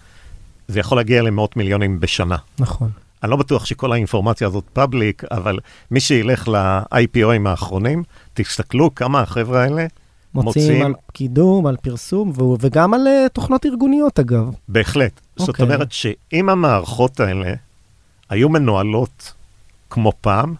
זה יכול להגיע למאות מיליונים בשנה. נכון. אני לא בטוח שכל האינפורמציה הזאת פאבליק, אבל מי שילך ל-איי פי או-ים האחרונים, תסתכלו כמה החבר'ה האלה מוציאים, מוציאים על קידום, על פרסום, ו- וגם על uh, תוכנות ארגוניות, אגב. בהחלט. Okay. זאת אומרת שאם המערכות האלה היו מנוהלות כמו פעם,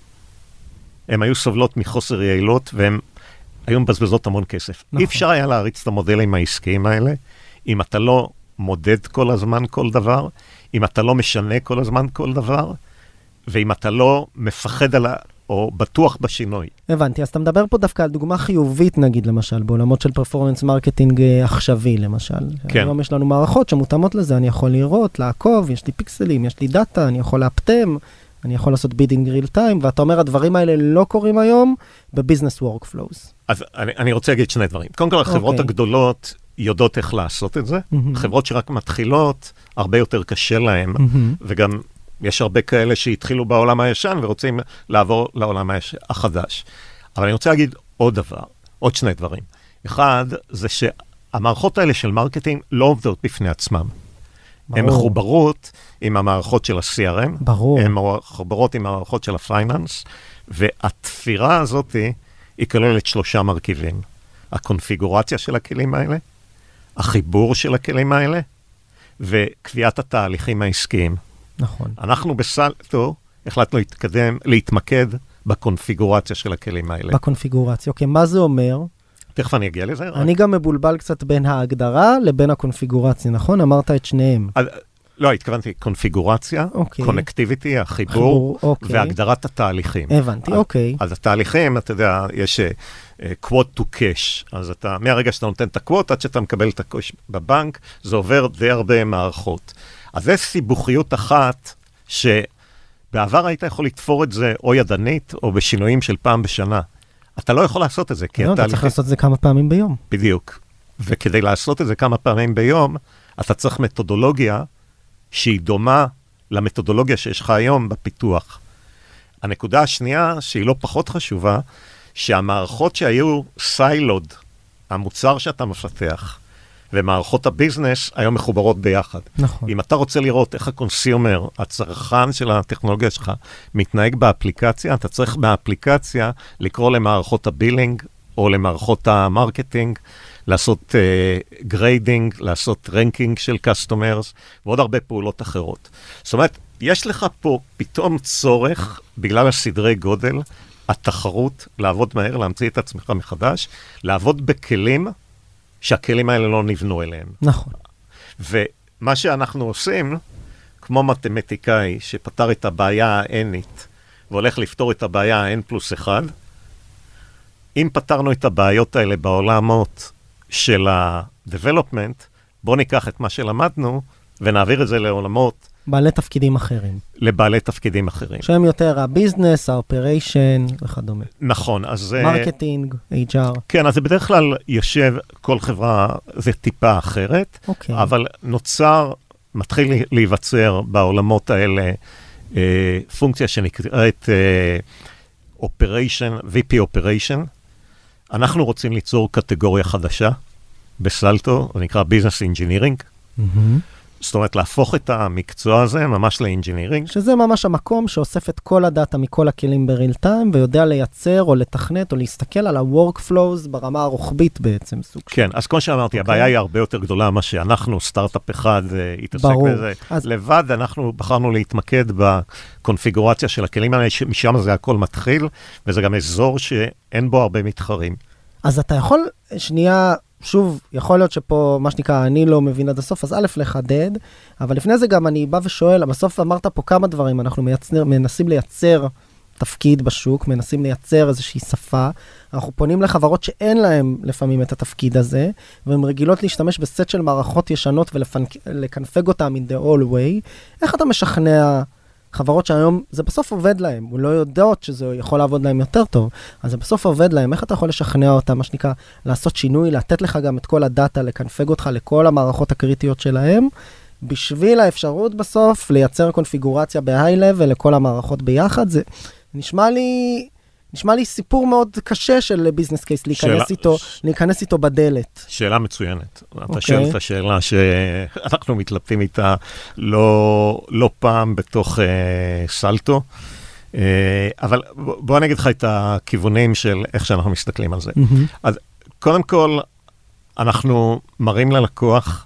הן היו סובלות מחוסר יעילות, והן היו מבזבזות המון כסף. נכון. אי אפשר היה להריץ את המודלים העסקיים האלה, אם אתה לא מודד כל הזמן כל דבר, אם אתה לא משנה כל הזמן כל דבר, ואם אתה לא מפחד על ה... או בטוח בשינוי. הבנתי, אז אתה מדבר פה דווקא על דוגמה חיובית, נגיד, למשל, בעולמות של פרפורמנס מרקטינג עכשווי, למשל. כן. היום יש לנו מערכות שמותאמות לזה, אני יכול לראות, לעקוב, יש לי פיקסלים, יש לי דאטה, אני יכול לאפטם, אני יכול לעשות בידינג ריל טיים, ואתה אומר, הדברים האלה לא קורים היום בביזנס וורקפלואוס. אז אני, אני רוצה להגיד שני דברים. קודם כל, החברות okay. הגדולות יודעות איך לעשות את זה. Mm-hmm. חברות שרק מתחילות, הרבה יותר קשה להן, mm-hmm. וגם יש הרבה כאלה שהתחילו בעולם הישן ורוצים לעבור לעולם היש... החדש. אבל אני רוצה להגיד עוד דבר, עוד שני דברים. אחד, זה שהמערכות האלה של מרקטינג לא עובדות בפני עצמם. הן מחוברות עם המערכות של ה-סי אר אם, ברור. הן מחוברות עם המערכות של הפייננס, והתפירה הזאת היא כוללת שלושה מרכיבים. הקונפיגורציה של הכלים האלה, החיבור של הכלים האלה, וקביעת התהליכים העסקיים. נכון. אנחנו בסלטו החלטנו להתקדם, להתמקד בקונפיגורציה של הכלים האלה. בקונפיגורציה, אוקיי, מה זה אומר? תכף אני אגיע לזה. אני גם מבולבל קצת בין ההגדרה לבין הקונפיגורציה, נכון? אמרת את שניהם. לא, התכוונתי קונפיגורציה, קונקטיביטי, החיבור, והגדרת התהליכים. הבנתי, אוקיי. אז התהליכים, אתה יודע, יש quote to cash, אז אתה, מהרגע שאתה נותן את הקווט, עד שאתה מקבל את הקוש בבנק, זה עובר די הרבה מערכות. אז זה סיבוכיות אחת, שבעבר היית יכול לתפור את זה או ידנית, או בשינויים של פעם בשנה. אתה לא יכול לעשות את זה, כי לא, אתה צריך לעשות את זה כמה פעמים ביום. בדיוק. וכדי לעשות את זה כמה פעמים ביום, אתה צריך מתודולוגיה שהיא דומה למתודולוגיה שיש לך היום בפיתוח. הנקודה השנייה, שהיא לא פחות חשובה, שהמערכות שהיו סיילוד, המוצר שאתה מפתח, ומערכות הביזנס היום מחוברות ביחד. נכון. אם אתה רוצה לראות איך הקונסיומר, הצרכן של הטכנולוגיה שלך, מתנהג באפליקציה, אתה צריך באפליקציה לקרוא למערכות הבילינג, או למערכות המרקטינג, לעשות גריידינג, uh, לעשות רנקינג של קסטומרס, ועוד הרבה פעולות אחרות. זאת אומרת, יש לך פה פתאום צורך, בגלל הסדרי גודל, התחרות, לעבוד מהר, להמציא את עצמך מחדש, לעבוד בכלים, שהכלים האלה לא נבנו אליהם. נכון. ומה שאנחנו עושים, כמו מתמטיקאי שפתר את הבעיה האנית, והולך לפתור את הבעיה ה-N פלוס אחד, אם פתרנו את הבעיות האלה בעולמות של ה-development, בואו ניקח את מה שלמדנו, ונעביר את זה לעולמות... בעלי תפקידים אחרים. לבעלי תפקידים אחרים. שהם יותר הביזנס, האופריישן וכדומה. נכון, אז... מרקטינג, אייץ' אר. כן, אז זה בדרך כלל יושב, כל חברה זה טיפה אחרת, אוקיי. אבל נוצר, מתחיל להיווצר בעולמות האלה, אה, פונקציה שנקראת אה, Operation, וי פי Operation. אנחנו רוצים ליצור קטגוריה חדשה בסלטו, זה נקרא Business Engineering. Mm-hmm. זאת אומרת, להפוך את המקצוע הזה ממש לאינג'ינירינג. שזה ממש המקום שאוסף את כל הדאטה מכל הכלים בריל טיים, ויודע לייצר או לתכנת או להסתכל על ה-workflows ברמה הרוחבית בעצם, סוג כן, אז כמו שאמרתי, okay. הבעיה היא הרבה יותר גדולה מה שאנחנו, סטארט-אפ אחד, התעסק ברור. בזה. אז... לבד אנחנו בחרנו להתמקד בקונפיגורציה של הכלים האלה, משם זה הכל מתחיל, וזה גם אזור שאין בו הרבה מתחרים. אז אתה יכול שנייה... שוב, יכול להיות שפה, מה שנקרא, אני לא מבין עד הסוף, אז א' לחדד, אבל לפני זה גם אני בא ושואל, בסוף אמרת פה כמה דברים, אנחנו מייצר, מנסים לייצר תפקיד בשוק, מנסים לייצר איזושהי שפה, אנחנו פונים לחברות שאין להם לפעמים את התפקיד הזה, והן רגילות להשתמש בסט של מערכות ישנות ולקנפג אותם in the all way. איך אתה משכנע חברות שהיום זה בסוף עובד להם, הוא לא יודעות שזה יכול לעבוד להם יותר טוב, אז זה בסוף עובד להם, איך אתה יכול לשכנע אותם, מה שנקרא, לעשות שינוי, לתת לך גם את כל הדאטה, לקנפג אותך לכל המערכות הקריטיות שלהם, בשביל האפשרות בסוף לייצר קונפיגורציה ב-high level לכל המערכות ביחד, זה נשמע לי... נשמע לי סיפור מאוד קשה של ביזנס קייס, להיכנס איתו, להיכנס איתו בדלת. שאלה מצוינת. אתה שואל את השאלה שאנחנו מתלבטים איתה לא, לא פעם בתוך סלטו, אבל בוא אני אגיד לך את הכיוונים של איך שאנחנו מסתכלים על זה. אז קודם כל, אנחנו מראים ללקוח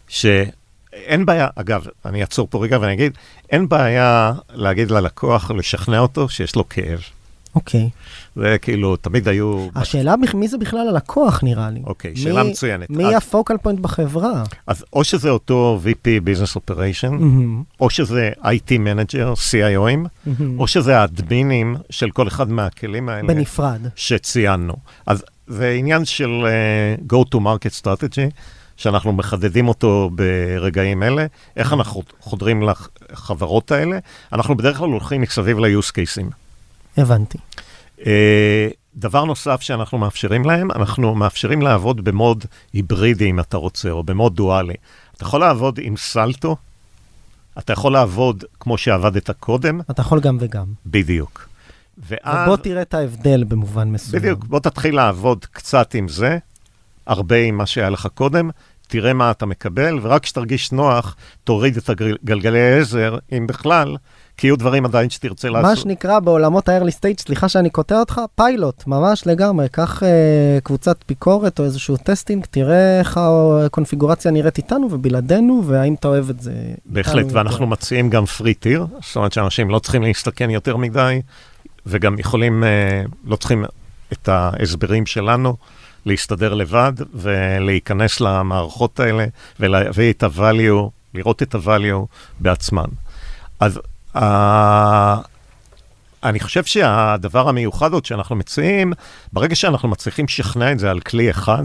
שאין בעיה, אגב, אני אעצור פה רגע ואני אגיד, אין בעיה להגיד ללקוח, לשכנע אותו שיש לו כאב. אוקיי. זה כאילו, תמיד היו... השאלה, מי זה בכלל הלקוח, נראה לי? אוקיי, שאלה מצוינת. מי הפוקל פוינט בחברה? אז או שזה אותו וי פי Business Operation, או שזה איי טי Manager, סי איי או-ים, או שזה האדמינים של כל אחד מהכלים האלה. בנפרד. שציינו. אז זה עניין של uh, Go-to-Market Strategy, שאנחנו מחדדים אותו ברגעים אלה. איך אנחנו חודרים לחברות האלה? אנחנו בדרך כלל הולכים מסביב ל-use cases. הבנתי. דבר נוסף שאנחנו מאפשרים להם, אנחנו מאפשרים לעבוד במוד היברידי, אם אתה רוצה, או במוד דואלי. אתה יכול לעבוד עם סלטו, אתה יכול לעבוד כמו שעבדת קודם. אתה יכול גם וגם. בדיוק. ואז... ובוא תראה את ההבדל במובן מסוים. בדיוק, בוא תתחיל לעבוד קצת עם זה, הרבה עם מה שהיה לך קודם, תראה מה אתה מקבל, ורק כשתרגיש נוח, תוריד את הגלגלי עזר, אם בכלל, כי יהיו דברים עדיין שתרצה לעשות. מה שנקרא בעולמות ה-early stage, סליחה שאני קוטע אותך, פיילוט, ממש לגמרי, קח אה, קבוצת ביקורת או איזשהו טסטינג, תראה איך הקונפיגורציה נראית איתנו ובלעדינו, והאם אתה אוהב את זה. בהחלט, ואנחנו יותר. מציעים גם פרי טיר, זאת אומרת שאנשים לא צריכים להסתכן יותר מדי, וגם יכולים, אה, לא צריכים את ההסברים שלנו, להסתדר לבד ולהיכנס למערכות האלה, ולהביא את ה-value, לראות את ה-value בעצמן. אז Uh, אני חושב שהדבר המיוחד עוד שאנחנו מציעים, ברגע שאנחנו מצליחים לשכנע את זה על כלי אחד,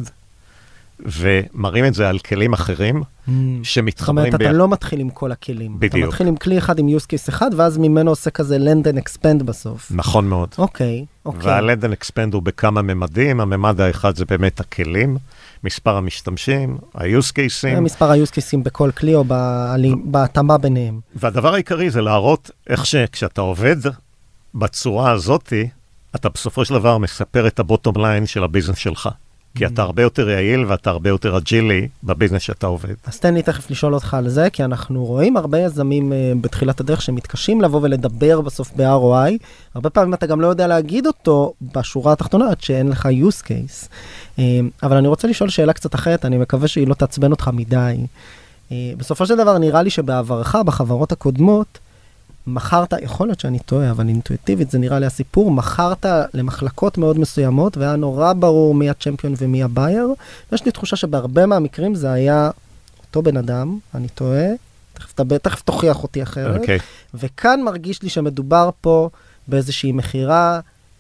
ומראים את זה על כלים אחרים, mm. שמתחברים... זאת אומרת, אתה ב... לא מתחיל עם כל הכלים. בדיוק. אתה מתחיל עם כלי אחד, עם use case אחד, ואז ממנו עושה כזה land and expand בסוף. נכון מאוד. אוקיי, אוקיי. וה-land and expand הוא בכמה ממדים, הממד האחד זה באמת הכלים, מספר המשתמשים, ה-use cases. מספר ה-use cases בכל כלי או בהתאמה ביניהם. והדבר העיקרי זה להראות איך שכשאתה עובד בצורה הזאת, אתה בסופו של דבר מספר את הבוטום ליין של הביזנס שלך. כי אתה הרבה יותר יעיל ואתה הרבה יותר אג'ילי בביזנס שאתה עובד. אז תן לי תכף לשאול אותך על זה, כי אנחנו רואים הרבה יזמים uh, בתחילת הדרך שמתקשים לבוא ולדבר בסוף ב-אר או איי. הרבה פעמים אתה גם לא יודע להגיד אותו בשורה התחתונה, עד שאין לך use case. Uh, אבל אני רוצה לשאול שאלה קצת אחרת, אני מקווה שהיא לא תעצבן אותך מדי. Uh, בסופו של דבר נראה לי שבעברך, בחברות הקודמות, מכרת, יכול להיות שאני טועה, אבל אינטואיטיבית זה נראה לי הסיפור, מכרת למחלקות מאוד מסוימות, והיה נורא ברור מי הצ'מפיון ומי הבייר, ויש לי תחושה שבהרבה מהמקרים זה היה אותו בן אדם, אני טועה, תכף, תכף תוכיח אותי אחרת, okay. וכאן מרגיש לי שמדובר פה באיזושהי מחירה,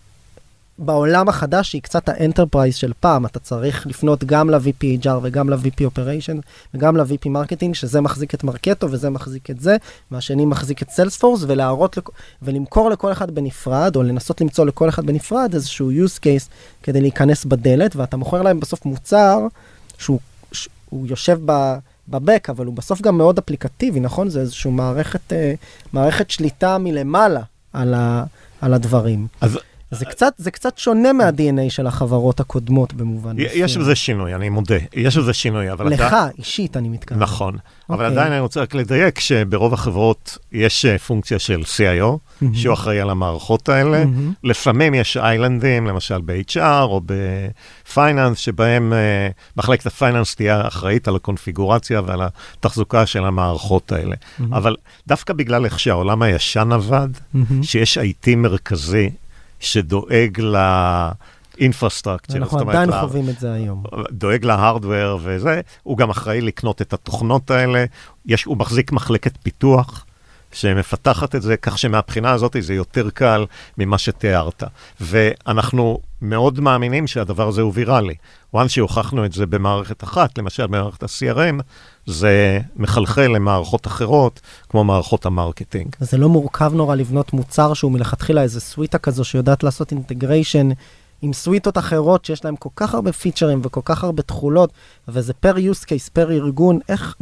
בעולם החדש שהיא קצת האנטרפרייז של פעם, אתה צריך לפנות גם ל-וי פי אייץ' אר וגם ל-וי פי Operation וגם ל-וי פי Marketing, שזה מחזיק את מרקטו וזה מחזיק את זה, והשני מחזיק את Salesforce, ולהראות לכ... ולמכור לכל אחד בנפרד, או לנסות למצוא לכל אחד בנפרד איזשהו use case כדי להיכנס בדלת, ואתה מוכר להם בסוף מוצר שהוא, שהוא יושב ב... בבק, אבל הוא בסוף גם מאוד אפליקטיבי, נכון? זה איזשהו מערכת, מערכת שליטה מלמעלה על, ה... על הדברים. אז... זה קצת, זה קצת שונה מה-די אן איי של החברות הקודמות במובן מסוים. יש בזה שינוי, אני מודה. יש בזה שינוי, אבל לך, אתה... אישית, אני מתכוון. נכון. אבל עדיין אני רוצה רק לדייק שברוב החברות יש פונקציה של סי איי או, שהוא אחראי על המערכות האלה. לפעמים יש איילנדים, למשל ב-אייץ' אר או בפייננס, שבהם מחלקת הפייננס תהיה אחראית על הקונפיגורציה ועל התחזוקה של המערכות האלה. אבל דווקא בגלל איך שהעולם הישן עבד, שיש איי טי מרכזי, שדואג לאינפרסטרקצ'ר. אנחנו עדיין חווים את זה היום. דואג להארדוור וזה, הוא גם אחראי לקנות את התוכנות האלה, יש, הוא מחזיק מחלקת פיתוח שמפתחת את זה, כך שמהבחינה הזאת זה יותר קל ממה שתיארת. ואנחנו מאוד מאמינים שהדבר הזה הוא ויראלי. once שהוכחנו את זה במערכת אחת, למשל במערכת ה-סי אר אם, זה מחלחל למערכות אחרות, כמו מערכות המרקטינג. זה לא מורכב נורא לבנות מוצר שהוא מלכתחילה איזה סוויטה כזו שיודעת לעשות אינטגריישן עם סוויטות אחרות שיש להם כל כך הרבה פיצ'רים וכל כך הרבה תחולות, וזה פר use case, פר ארגון, איך...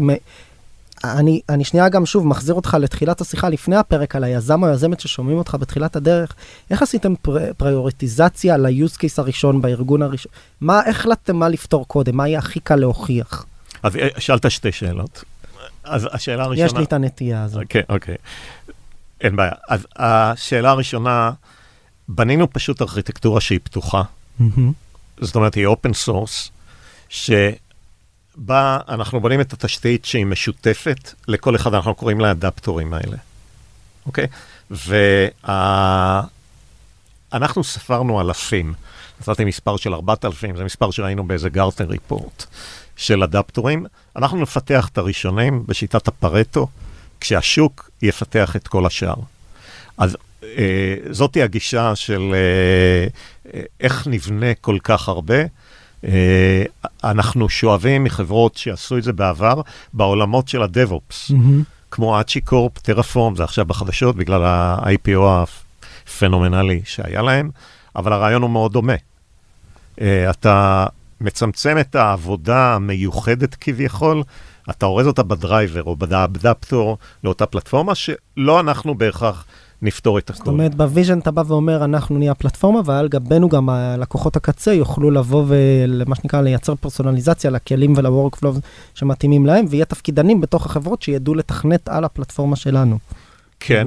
אני, אני שנייה גם שוב מחזיר אותך לתחילת השיחה לפני הפרק על היזם או היזמת ששומעים אותך בתחילת הדרך. איך עשיתם פר, פריוריטיזציה ל-use case הראשון בארגון הראשון? מה, איך החלטתם מה לפתור קודם? מה יהיה הכי קל להוכיח? אז שאלת שתי שאלות. אז השאלה הראשונה... יש לי את הנטייה הזאת. אוקיי, אוקיי. אין בעיה. אז השאלה הראשונה, בנינו פשוט ארכיטקטורה שהיא פתוחה. Mm-hmm. זאת אומרת, היא open source, ש... בה אנחנו בונים את התשתית שהיא משותפת, לכל אחד אנחנו קוראים לה אדפטורים האלה. אוקיי? אנחנו ספרנו אלפים. נתתי מספר של ארבעת אלפים, זה מספר שראינו באיזה גרטן ריפורט של אדפטורים. אנחנו נפתח את הראשונים בשיטת הפרטו, כשהשוק יפתח את כל השאר. אז אה, זאת היא הגישה של אה, איך נבנה כל כך הרבה. אה, אנחנו שואבים מחברות שעשו את זה בעבר, בעולמות של הדב-אופס. Mm-hmm. כמו אצ'יקורפ, טרפורם, זה עכשיו בחדשות, בגלל ה-איי פי או הפנומנלי שהיה להם, אבל הרעיון הוא מאוד דומה. Uh, אתה מצמצם את העבודה המיוחדת כביכול, אתה אורז אותה בדרייבר או באדפטור לאותה פלטפורמה, שלא אנחנו בהכרח נפתור את הכל. זאת אומרת, בוויז'ן אתה בא ואומר, אנחנו נהיה פלטפורמה, ועל גבינו גם הלקוחות הקצה יוכלו לבוא ולמה שנקרא לייצר פרסונליזציה לכלים ולוורקפלו שמתאימים להם, ויהיה תפקידנים בתוך החברות שידעו לתכנת על הפלטפורמה שלנו. כן,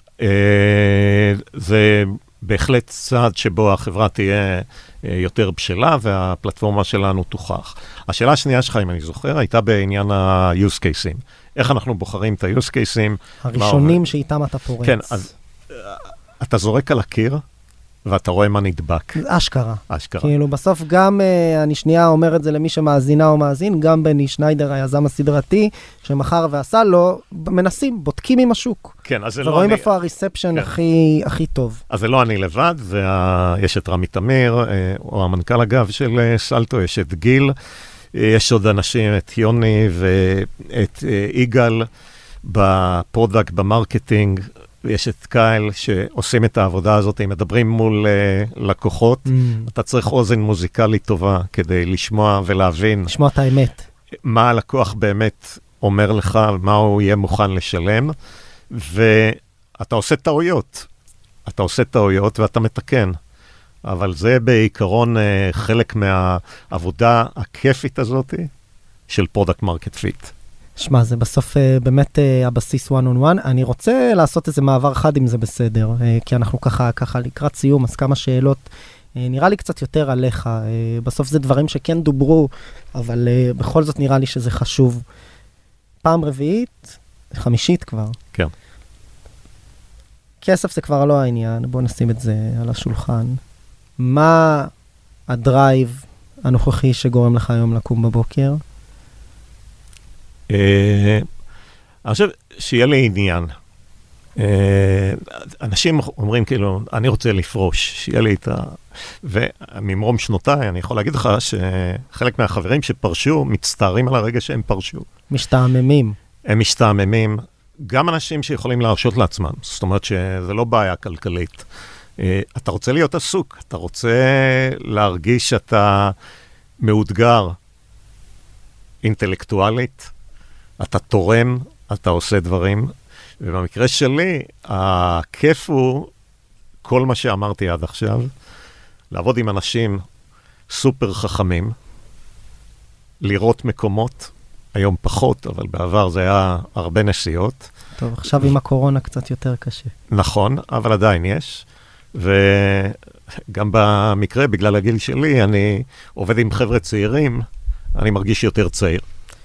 זה בהחלט צעד שבו החברה תהיה יותר בשלה, והפלטפורמה שלנו תוכח. השאלה השנייה שלך, אם אני זוכר, הייתה בעניין ה-use cases. איך אנחנו בוחרים את ה-use cases? הראשונים שאיתם אתה פורץ. כן, אז אתה זורק על הקיר, ואתה רואה מה נדבק. אשכרה. אשכרה. כאילו, בסוף גם, אני שנייה אומר את זה למי שמאזינה או מאזין, גם בני שניידר, היזם הסדרתי, שמחר ועשה לו, מנסים, בודקים עם השוק. כן, אז זה לא אני... ורואים איפה הריספשן הכי, הכי טוב. אז זה לא אני לבד, ויש את רמי תמיר, או המנכ"ל אגב של סלטו, יש את גיל, יש עוד אנשים, את יוני ואת איגל, בפרודקט, במרקטינג, יש את קייל שעושים את העבודה הזאת, הם מדברים מול uh, לקוחות, mm. אתה צריך אוזן מוזיקלית טובה כדי לשמוע ולהבין. לשמוע את האמת. מה הלקוח באמת אומר לך, מה הוא יהיה מוכן לשלם, ואתה עושה טעויות. אתה עושה טעויות ואתה מתקן. אבל זה בעיקרון uh, חלק מהעבודה הכיפית הזאת של פרודקט מרקט פיט. שמע, זה בסוף uh, באמת uh, הבסיס one on one. אני רוצה לעשות איזה מעבר חד אם זה בסדר, uh, כי אנחנו ככה, ככה לקראת סיום, אז כמה שאלות. Uh, נראה לי קצת יותר עליך. Uh, בסוף זה דברים שכן דוברו, אבל uh, בכל זאת נראה לי שזה חשוב. פעם רביעית, חמישית כבר. כן. כסף זה כבר לא העניין, בואו נשים את זה על השולחן. מה הדרייב הנוכחי שגורם לך היום לקום בבוקר? אני חושב שיהיה לי עניין. אנשים אומרים כאילו, אני רוצה לפרוש, שיהיה לי את ה... וממרום שנותיי, אני יכול להגיד לך שחלק מהחברים שפרשו, מצטערים על הרגע שהם פרשו. משתעממים. הם משתעממים. גם אנשים שיכולים להרשות לעצמם. זאת אומרת שזה לא בעיה כלכלית. אתה רוצה להיות עסוק, אתה רוצה להרגיש שאתה מאותגר אינטלקטואלית, אתה תורם, אתה עושה דברים, ובמקרה שלי, הכיף הוא כל מה שאמרתי עד עכשיו, לעבוד עם אנשים סופר חכמים, לראות מקומות, היום פחות, אבל בעבר זה היה הרבה נסיעות. טוב, עכשיו עם הקורונה קצת יותר קשה. נכון, אבל עדיין יש, וגם במקרה, בגלל הגיל שלי, אני עובד עם חבר'ה צעירים, אני מרגיש יותר צעיר.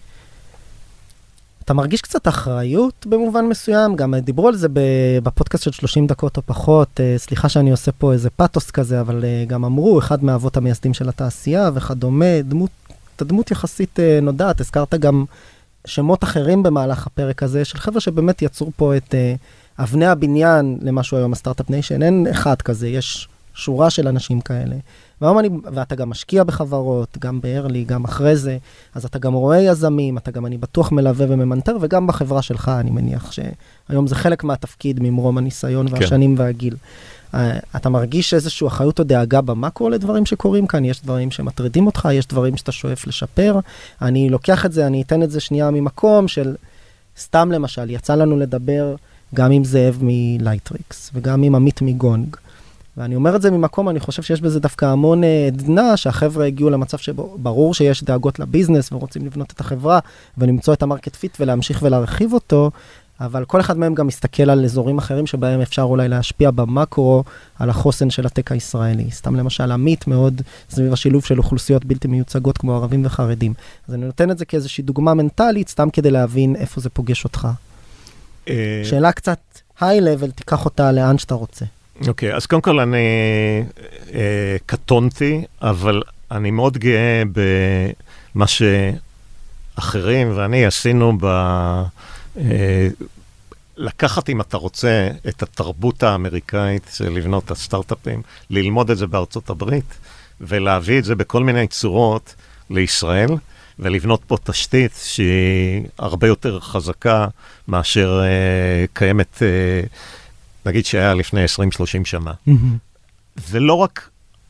אתה מרגיש קצת אחריות במובן מסוים, גם דיברו על זה בפודקאסט של שלושים דקות או פחות, סליחה שאני עושה פה איזה פאטוס כזה, אבל גם אמרו, אחד מהאבות המייסדים של התעשייה וכדומה, דמות, דמות יחסית נודעת, הזכרת גם שמות אחרים במהלך הפרק הזה, של חבר'ה שבאמת יצרו פה את אבני הבניין למשהו היום, הסטארט-אפ ניישן, אין אחד כזה, יש שורה של אנשים כאלה. אני, ואתה גם משקיע בחברות, גם בארלי, גם אחרי זה, אז אתה גם רואה יזמים, אתה גם, אני בטוח מלווה וממנטר, וגם בחברה שלך, אני מניח שהיום זה חלק מהתפקיד, ממרום הניסיון והשנים כן. והגיל. אתה מרגיש איזושהי אחריות או דאגה במקרו לדברים שקורים כאן? יש דברים שמטרידים אותך, יש דברים שאתה שואף לשפר. אני לוקח את זה, אני אתן את זה שנייה ממקום של, סתם למשל, יצא לנו לדבר גם עם זאב מלייטריקס, וגם עם עמית מגונג. ואני אומר את זה ממקום, אני חושב שיש בזה דווקא המון עדנה, שהחבר'ה הגיעו למצב שברור שיש דאגות לביזנס, ורוצים לבנות את החברה, ולמצוא את המרקט פיט, ולהמשיך ולהרחיב אותו, אבל כל אחד מהם גם מסתכל על אזורים אחרים, שבהם אפשר אולי להשפיע במקרו, על החוסן של הטק הישראלי. סתם למשל, עמית מאוד, סביב השילוב של אוכלוסיות בלתי מיוצגות, כמו ערבים וחרדים. אז אני נותן את זה כאיזושהי דוגמה מנטלית, סתם כדי להבין איפה זה פוגש אותך. שאלה קצת high level, תיקח אותה לאן שאתה רוצה. אוקיי, אז קודם כל אני אה, קטונתי, אבל אני מאוד גאה במה שאחרים ואני עשינו ב... אה, לקחת, אם אתה רוצה, את התרבות האמריקאית של לבנות את הסטארט-אפים, ללמוד את זה בארצות הברית, ולהביא את זה בכל מיני צורות לישראל, ולבנות פה תשתית שהיא הרבה יותר חזקה מאשר אה, קיימת, אה, נגיד שהיה לפני עשרים שלושים שנה. Mm-hmm. זה לא רק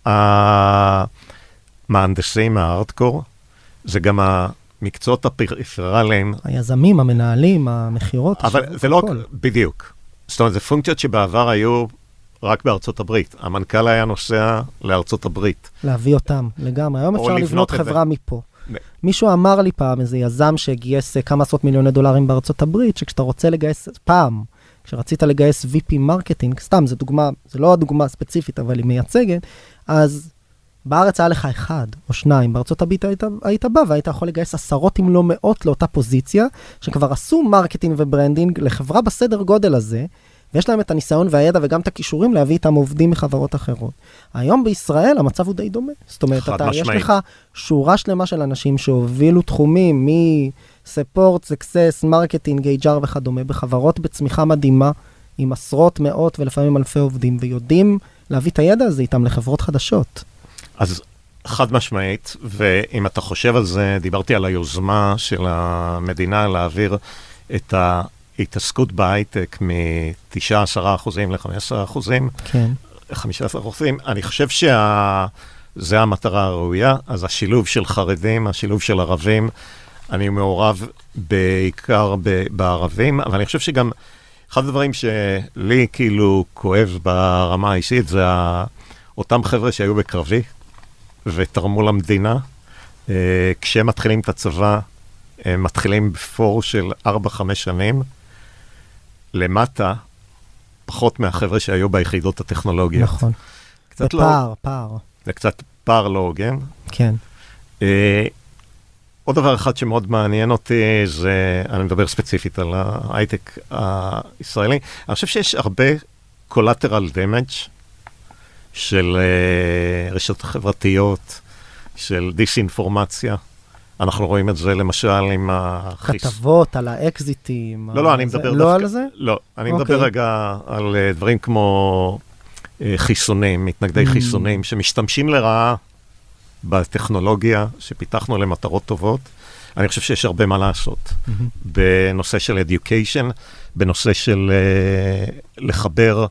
המהנדסים מהארדקור, זה גם המקצועות הפריפרליים. היזמים, המנהלים, המחירות. אבל זה לא רק, בדיוק. זאת אומרת, זה פונקציות שבעבר היו רק בארצות הברית. המנכ"ל היה נוסע לארצות הברית. להביא אותם לגמרי. היום אפשר לבנות חברה מפה. מישהו אמר לי פעם, איזה יזם שגייס כמה עשרות מיליוני דולרים בארצות הברית, שכשאתה רוצה לגייס, פעם, כשרצית לגייס וי פי מרקטינג, סתם, זו דוגמה, זו לא הדוגמה הספציפית, אבל היא מייצגת, אז בארץ היה לך אחד או שניים, בארצות הברית היית, היית בא, והיית יכול לגייס עשרות אם לא מאות לאותה פוזיציה, שכבר עשו מרקטינג וברנדינג לחברה בסדר גודל הזה, ויש להם את הניסיון והידע וגם את הכישורים להביא איתם עובדים מחברות אחרות. היום בישראל המצב הוא די דומה. זאת אומרת, אתה, יש לך שורה שלמה של אנשים שהובילו תחומים מ-support, success, marketing, אייץ' אר וכדומה, בחברות בצמיחה מדהימה, עם עשרות, מאות ולפעמים אלפי עובדים, ויודעים להביא את הידע הזה איתם לחברות חדשות. אז חד משמעית, ואם אתה חושב על זה, דיברתי על היוזמה של המדינה להעביר את ה... התעסקות בהייטק מ-תשע עשרה אחוזים ל-חמישה עשר אחוזים, כן. חמישה עשר אחוזים, אני חושב שזה המטרה הראויה, אז השילוב של חרדים, השילוב של ערבים, אני מעורב בעיקר בערבים, אבל אני חושב שגם אחד הדברים שלי כאילו כואב ברמה האישית, זה אותם חבר'ה שהיו בקרבי ותרמו למדינה, כשהם מתחילים את הצבא, הם מתחילים בפור של ארבע חמש שנים, למטה, פחות מהחבר'ה שהיו ביחידות הטכנולוגיות. נכון. זה לא, פער, פער. זה קצת פער לא הוגן. כן. אה, עוד דבר אחד שמאוד מעניין אותי, זה, אני מדבר ספציפית על ההייטק הישראלי, אני חושב שיש הרבה collateral damage של אה, רשתות חברתיות, של דיסאינפורמציה, אנחנו רואים את זה למשל עם החיס... כתבות על האקזיטים. לא, לא, אני מדבר... לא על זה? לא, אני מדבר רגע על דברים כמו חיסונים, מתנגדי חיסונים, שמשתמשים לרעה בטכנולוגיה שפיתחנו למטרות טובות. אני חושב שיש הרבה מה לעשות. בנושא של education, בנושא של לחבר,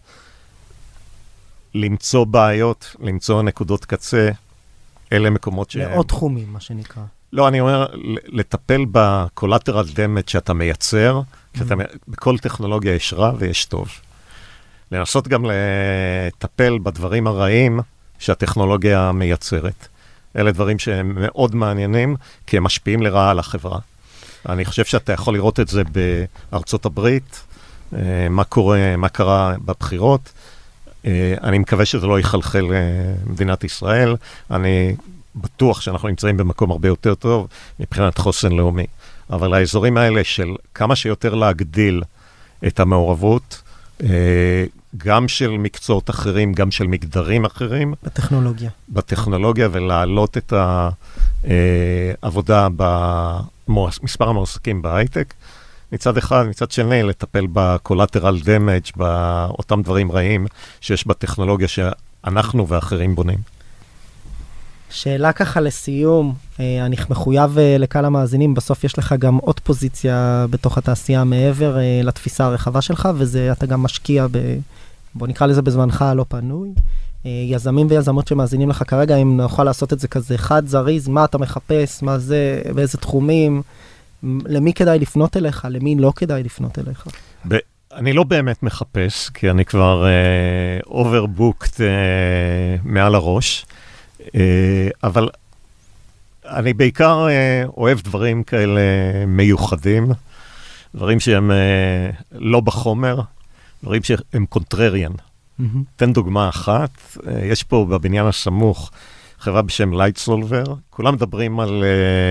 למצוא בעיות, למצוא נקודות קצה, אלה מקומות שהם... לעוד תחומים, מה שנקרא. לא, אני אומר, לטפל בקולטרל דמג' שאתה מייצר, שאתה, בכל טכנולוגיה יש רע ויש טוב. לנסות גם לטפל בדברים הרעים שהטכנולוגיה מייצרת. אלה דברים שהם מאוד מעניינים, כי הם משפיעים לרעה על החברה. אני חושב שאתה יכול לראות את זה בארצות הברית, מה קורה, מה קרה בבחירות. אני מקווה שזה לא יחלחל למדינת ישראל. אני בטוח שאנחנו נמצאים במקום הרבה יותר טוב מבחינת חוסן לאומי. אבל האזורים האלה של כמה שיותר להגדיל את המעורבות, גם של מקצועות אחרים, גם של מגדרים אחרים. בטכנולוגיה. בטכנולוגיה, ולהעלות את העבודה במספר המועסקים בהייטק. מצד אחד, מצד שני, לטפל בקולטרל דמג', באותם דברים רעים שיש בטכנולוגיה שאנחנו ואחרים בונים. שאלה ככה לסיום, אני מחויב לקהל המאזינים, בסוף יש לך גם עוד פוזיציה בתוך התעשייה מעבר לתפיסה הרחבה שלך, וזה אתה גם משקיע, ב, בוא נקרא לזה בזמנך הלא פנוי. יזמים ויזמות שמאזינים לך כרגע, אם נוכל לעשות את זה כזה חד זריז, מה אתה מחפש, מה זה, באיזה תחומים, למי כדאי לפנות אליך, למי לא כדאי לפנות אליך? ב- אני לא באמת מחפש, כי אני כבר overbooked uh, uh, מעל הראש, uh, אבל אני בעיקר uh, אוהב דברים כאלה מיוחדים, דברים שהם uh, לא בחומר, דברים שהם קונטרריאן. Mm-hmm. תן דוגמה אחת, uh, יש פה בבניין הסמוך חברה בשם LightSolver, כולם מדברים על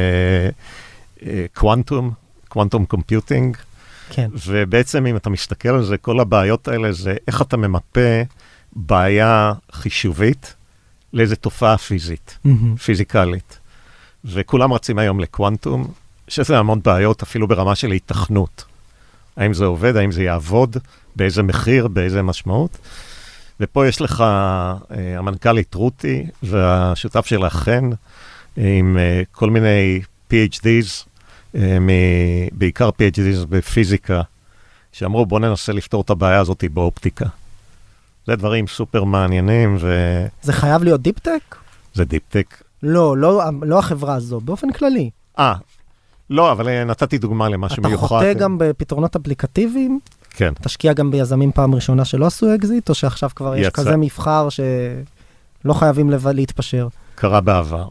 קוונטום, קוונטום קומפיוטינג, כן. ובעצם אם אתה מסתכל על זה, כל הבעיות האלה זה איך אתה ממפה בעיה חישובית לאיזו תופעה פיזית, Mm-hmm. פיזיקלית. וכולם רצים היום לקוונטום, שזה המון בעיות, אפילו ברמה של התכנות. האם זה עובד, האם זה יעבוד, באיזה מחיר, באיזה משמעות. ופה יש לך אה, המנכ"לית רותי, והשותף שלה חן, עם אה, כל מיני פי אייץ' דיז, אה, מ... בעיקר פי אייץ' דיז בפיזיקה, שאמרו בוא ננסה לפתור את הבעיה הזאת באופטיקה. זה דברים סופר מעניינים, ו... זה חייב להיות דיפ-טק? זה דיפ-טק. לא, לא, לא החברה הזו, באופן כללי. אה, לא, אבל נתתי דוגמה למשהו מיוחד. אתה חוטא גם בפתרונות אפליקטיביים? כן. תשקיע גם ביזמים פעם ראשונה שלא עשו אקזיט, או שעכשיו כבר יש יצא. כזה מבחר שלא חייבים לב... להתפשר? קרה בעבר.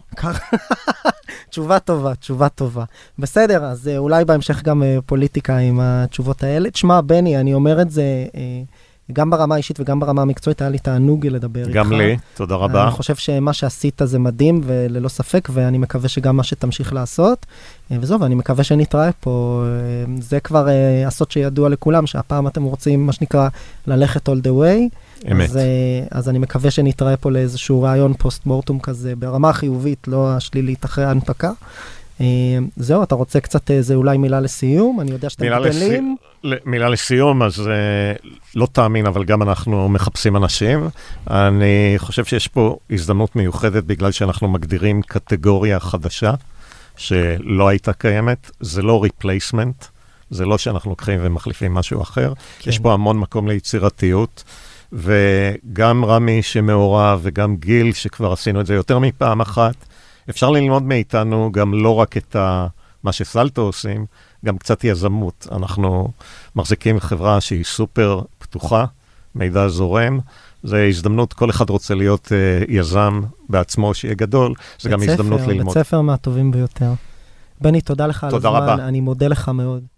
תשובה טובה, תשובה טובה. בסדר, אז אולי בהמשך גם פוליטיקה עם התשובות האלה. תשמע, בני, אני אומר את זה גם ברמה האישית וגם ברמה המקצועית, היה לי תענוג לדבר איתך. גם לי, תודה רבה. אני חושב שמה שעשית זה מדהים וללא ספק, ואני מקווה שגם מה שתמשיך לעשות. וזהו, ואני מקווה שנתראה פה. זה כבר עשות שידוע לכולם, שהפעם אתם רוצים, מה שנקרא, ללכת all the way. אמת. אז, אז אני מקווה שנתראה פה לאיזשהו רעיון פוסט-מורטום כזה, ברמה החיובית, לא השלילית אחרי ההנפקה. זהו, אתה רוצה קצת איזה אולי מילה לסיום? אני יודע שאתם גדלים. מילה לסיום, אז לא תאמין, אבל גם אנחנו מחפשים אנשים. אני חושב שיש פה הזדמנות מיוחדת, בגלל שאנחנו מגדירים קטגוריה חדשה, שלא הייתה קיימת. זה לא replacement, זה לא שאנחנו לוקחים ומחליפים משהו אחר. כן. יש פה המון מקום ליצירתיות, וגם רמי שמעורב, וגם גיל שכבר עשינו את זה יותר מפעם אחת. אפשר ללמוד מאיתנו גם לא רק את ה, מה שסלטו עושים, גם קצת יזמות. אנחנו מחזיקים חברה שהיא סופר פתוחה, מידע זורם. זה הזדמנות, כל אחד רוצה להיות uh, יזם בעצמו שיהיה גדול, זה גם הזדמנות ללמוד. בית ספר מהטובים ביותר. בני, תודה לך על הזמן, רבה. אני מודה לך מאוד.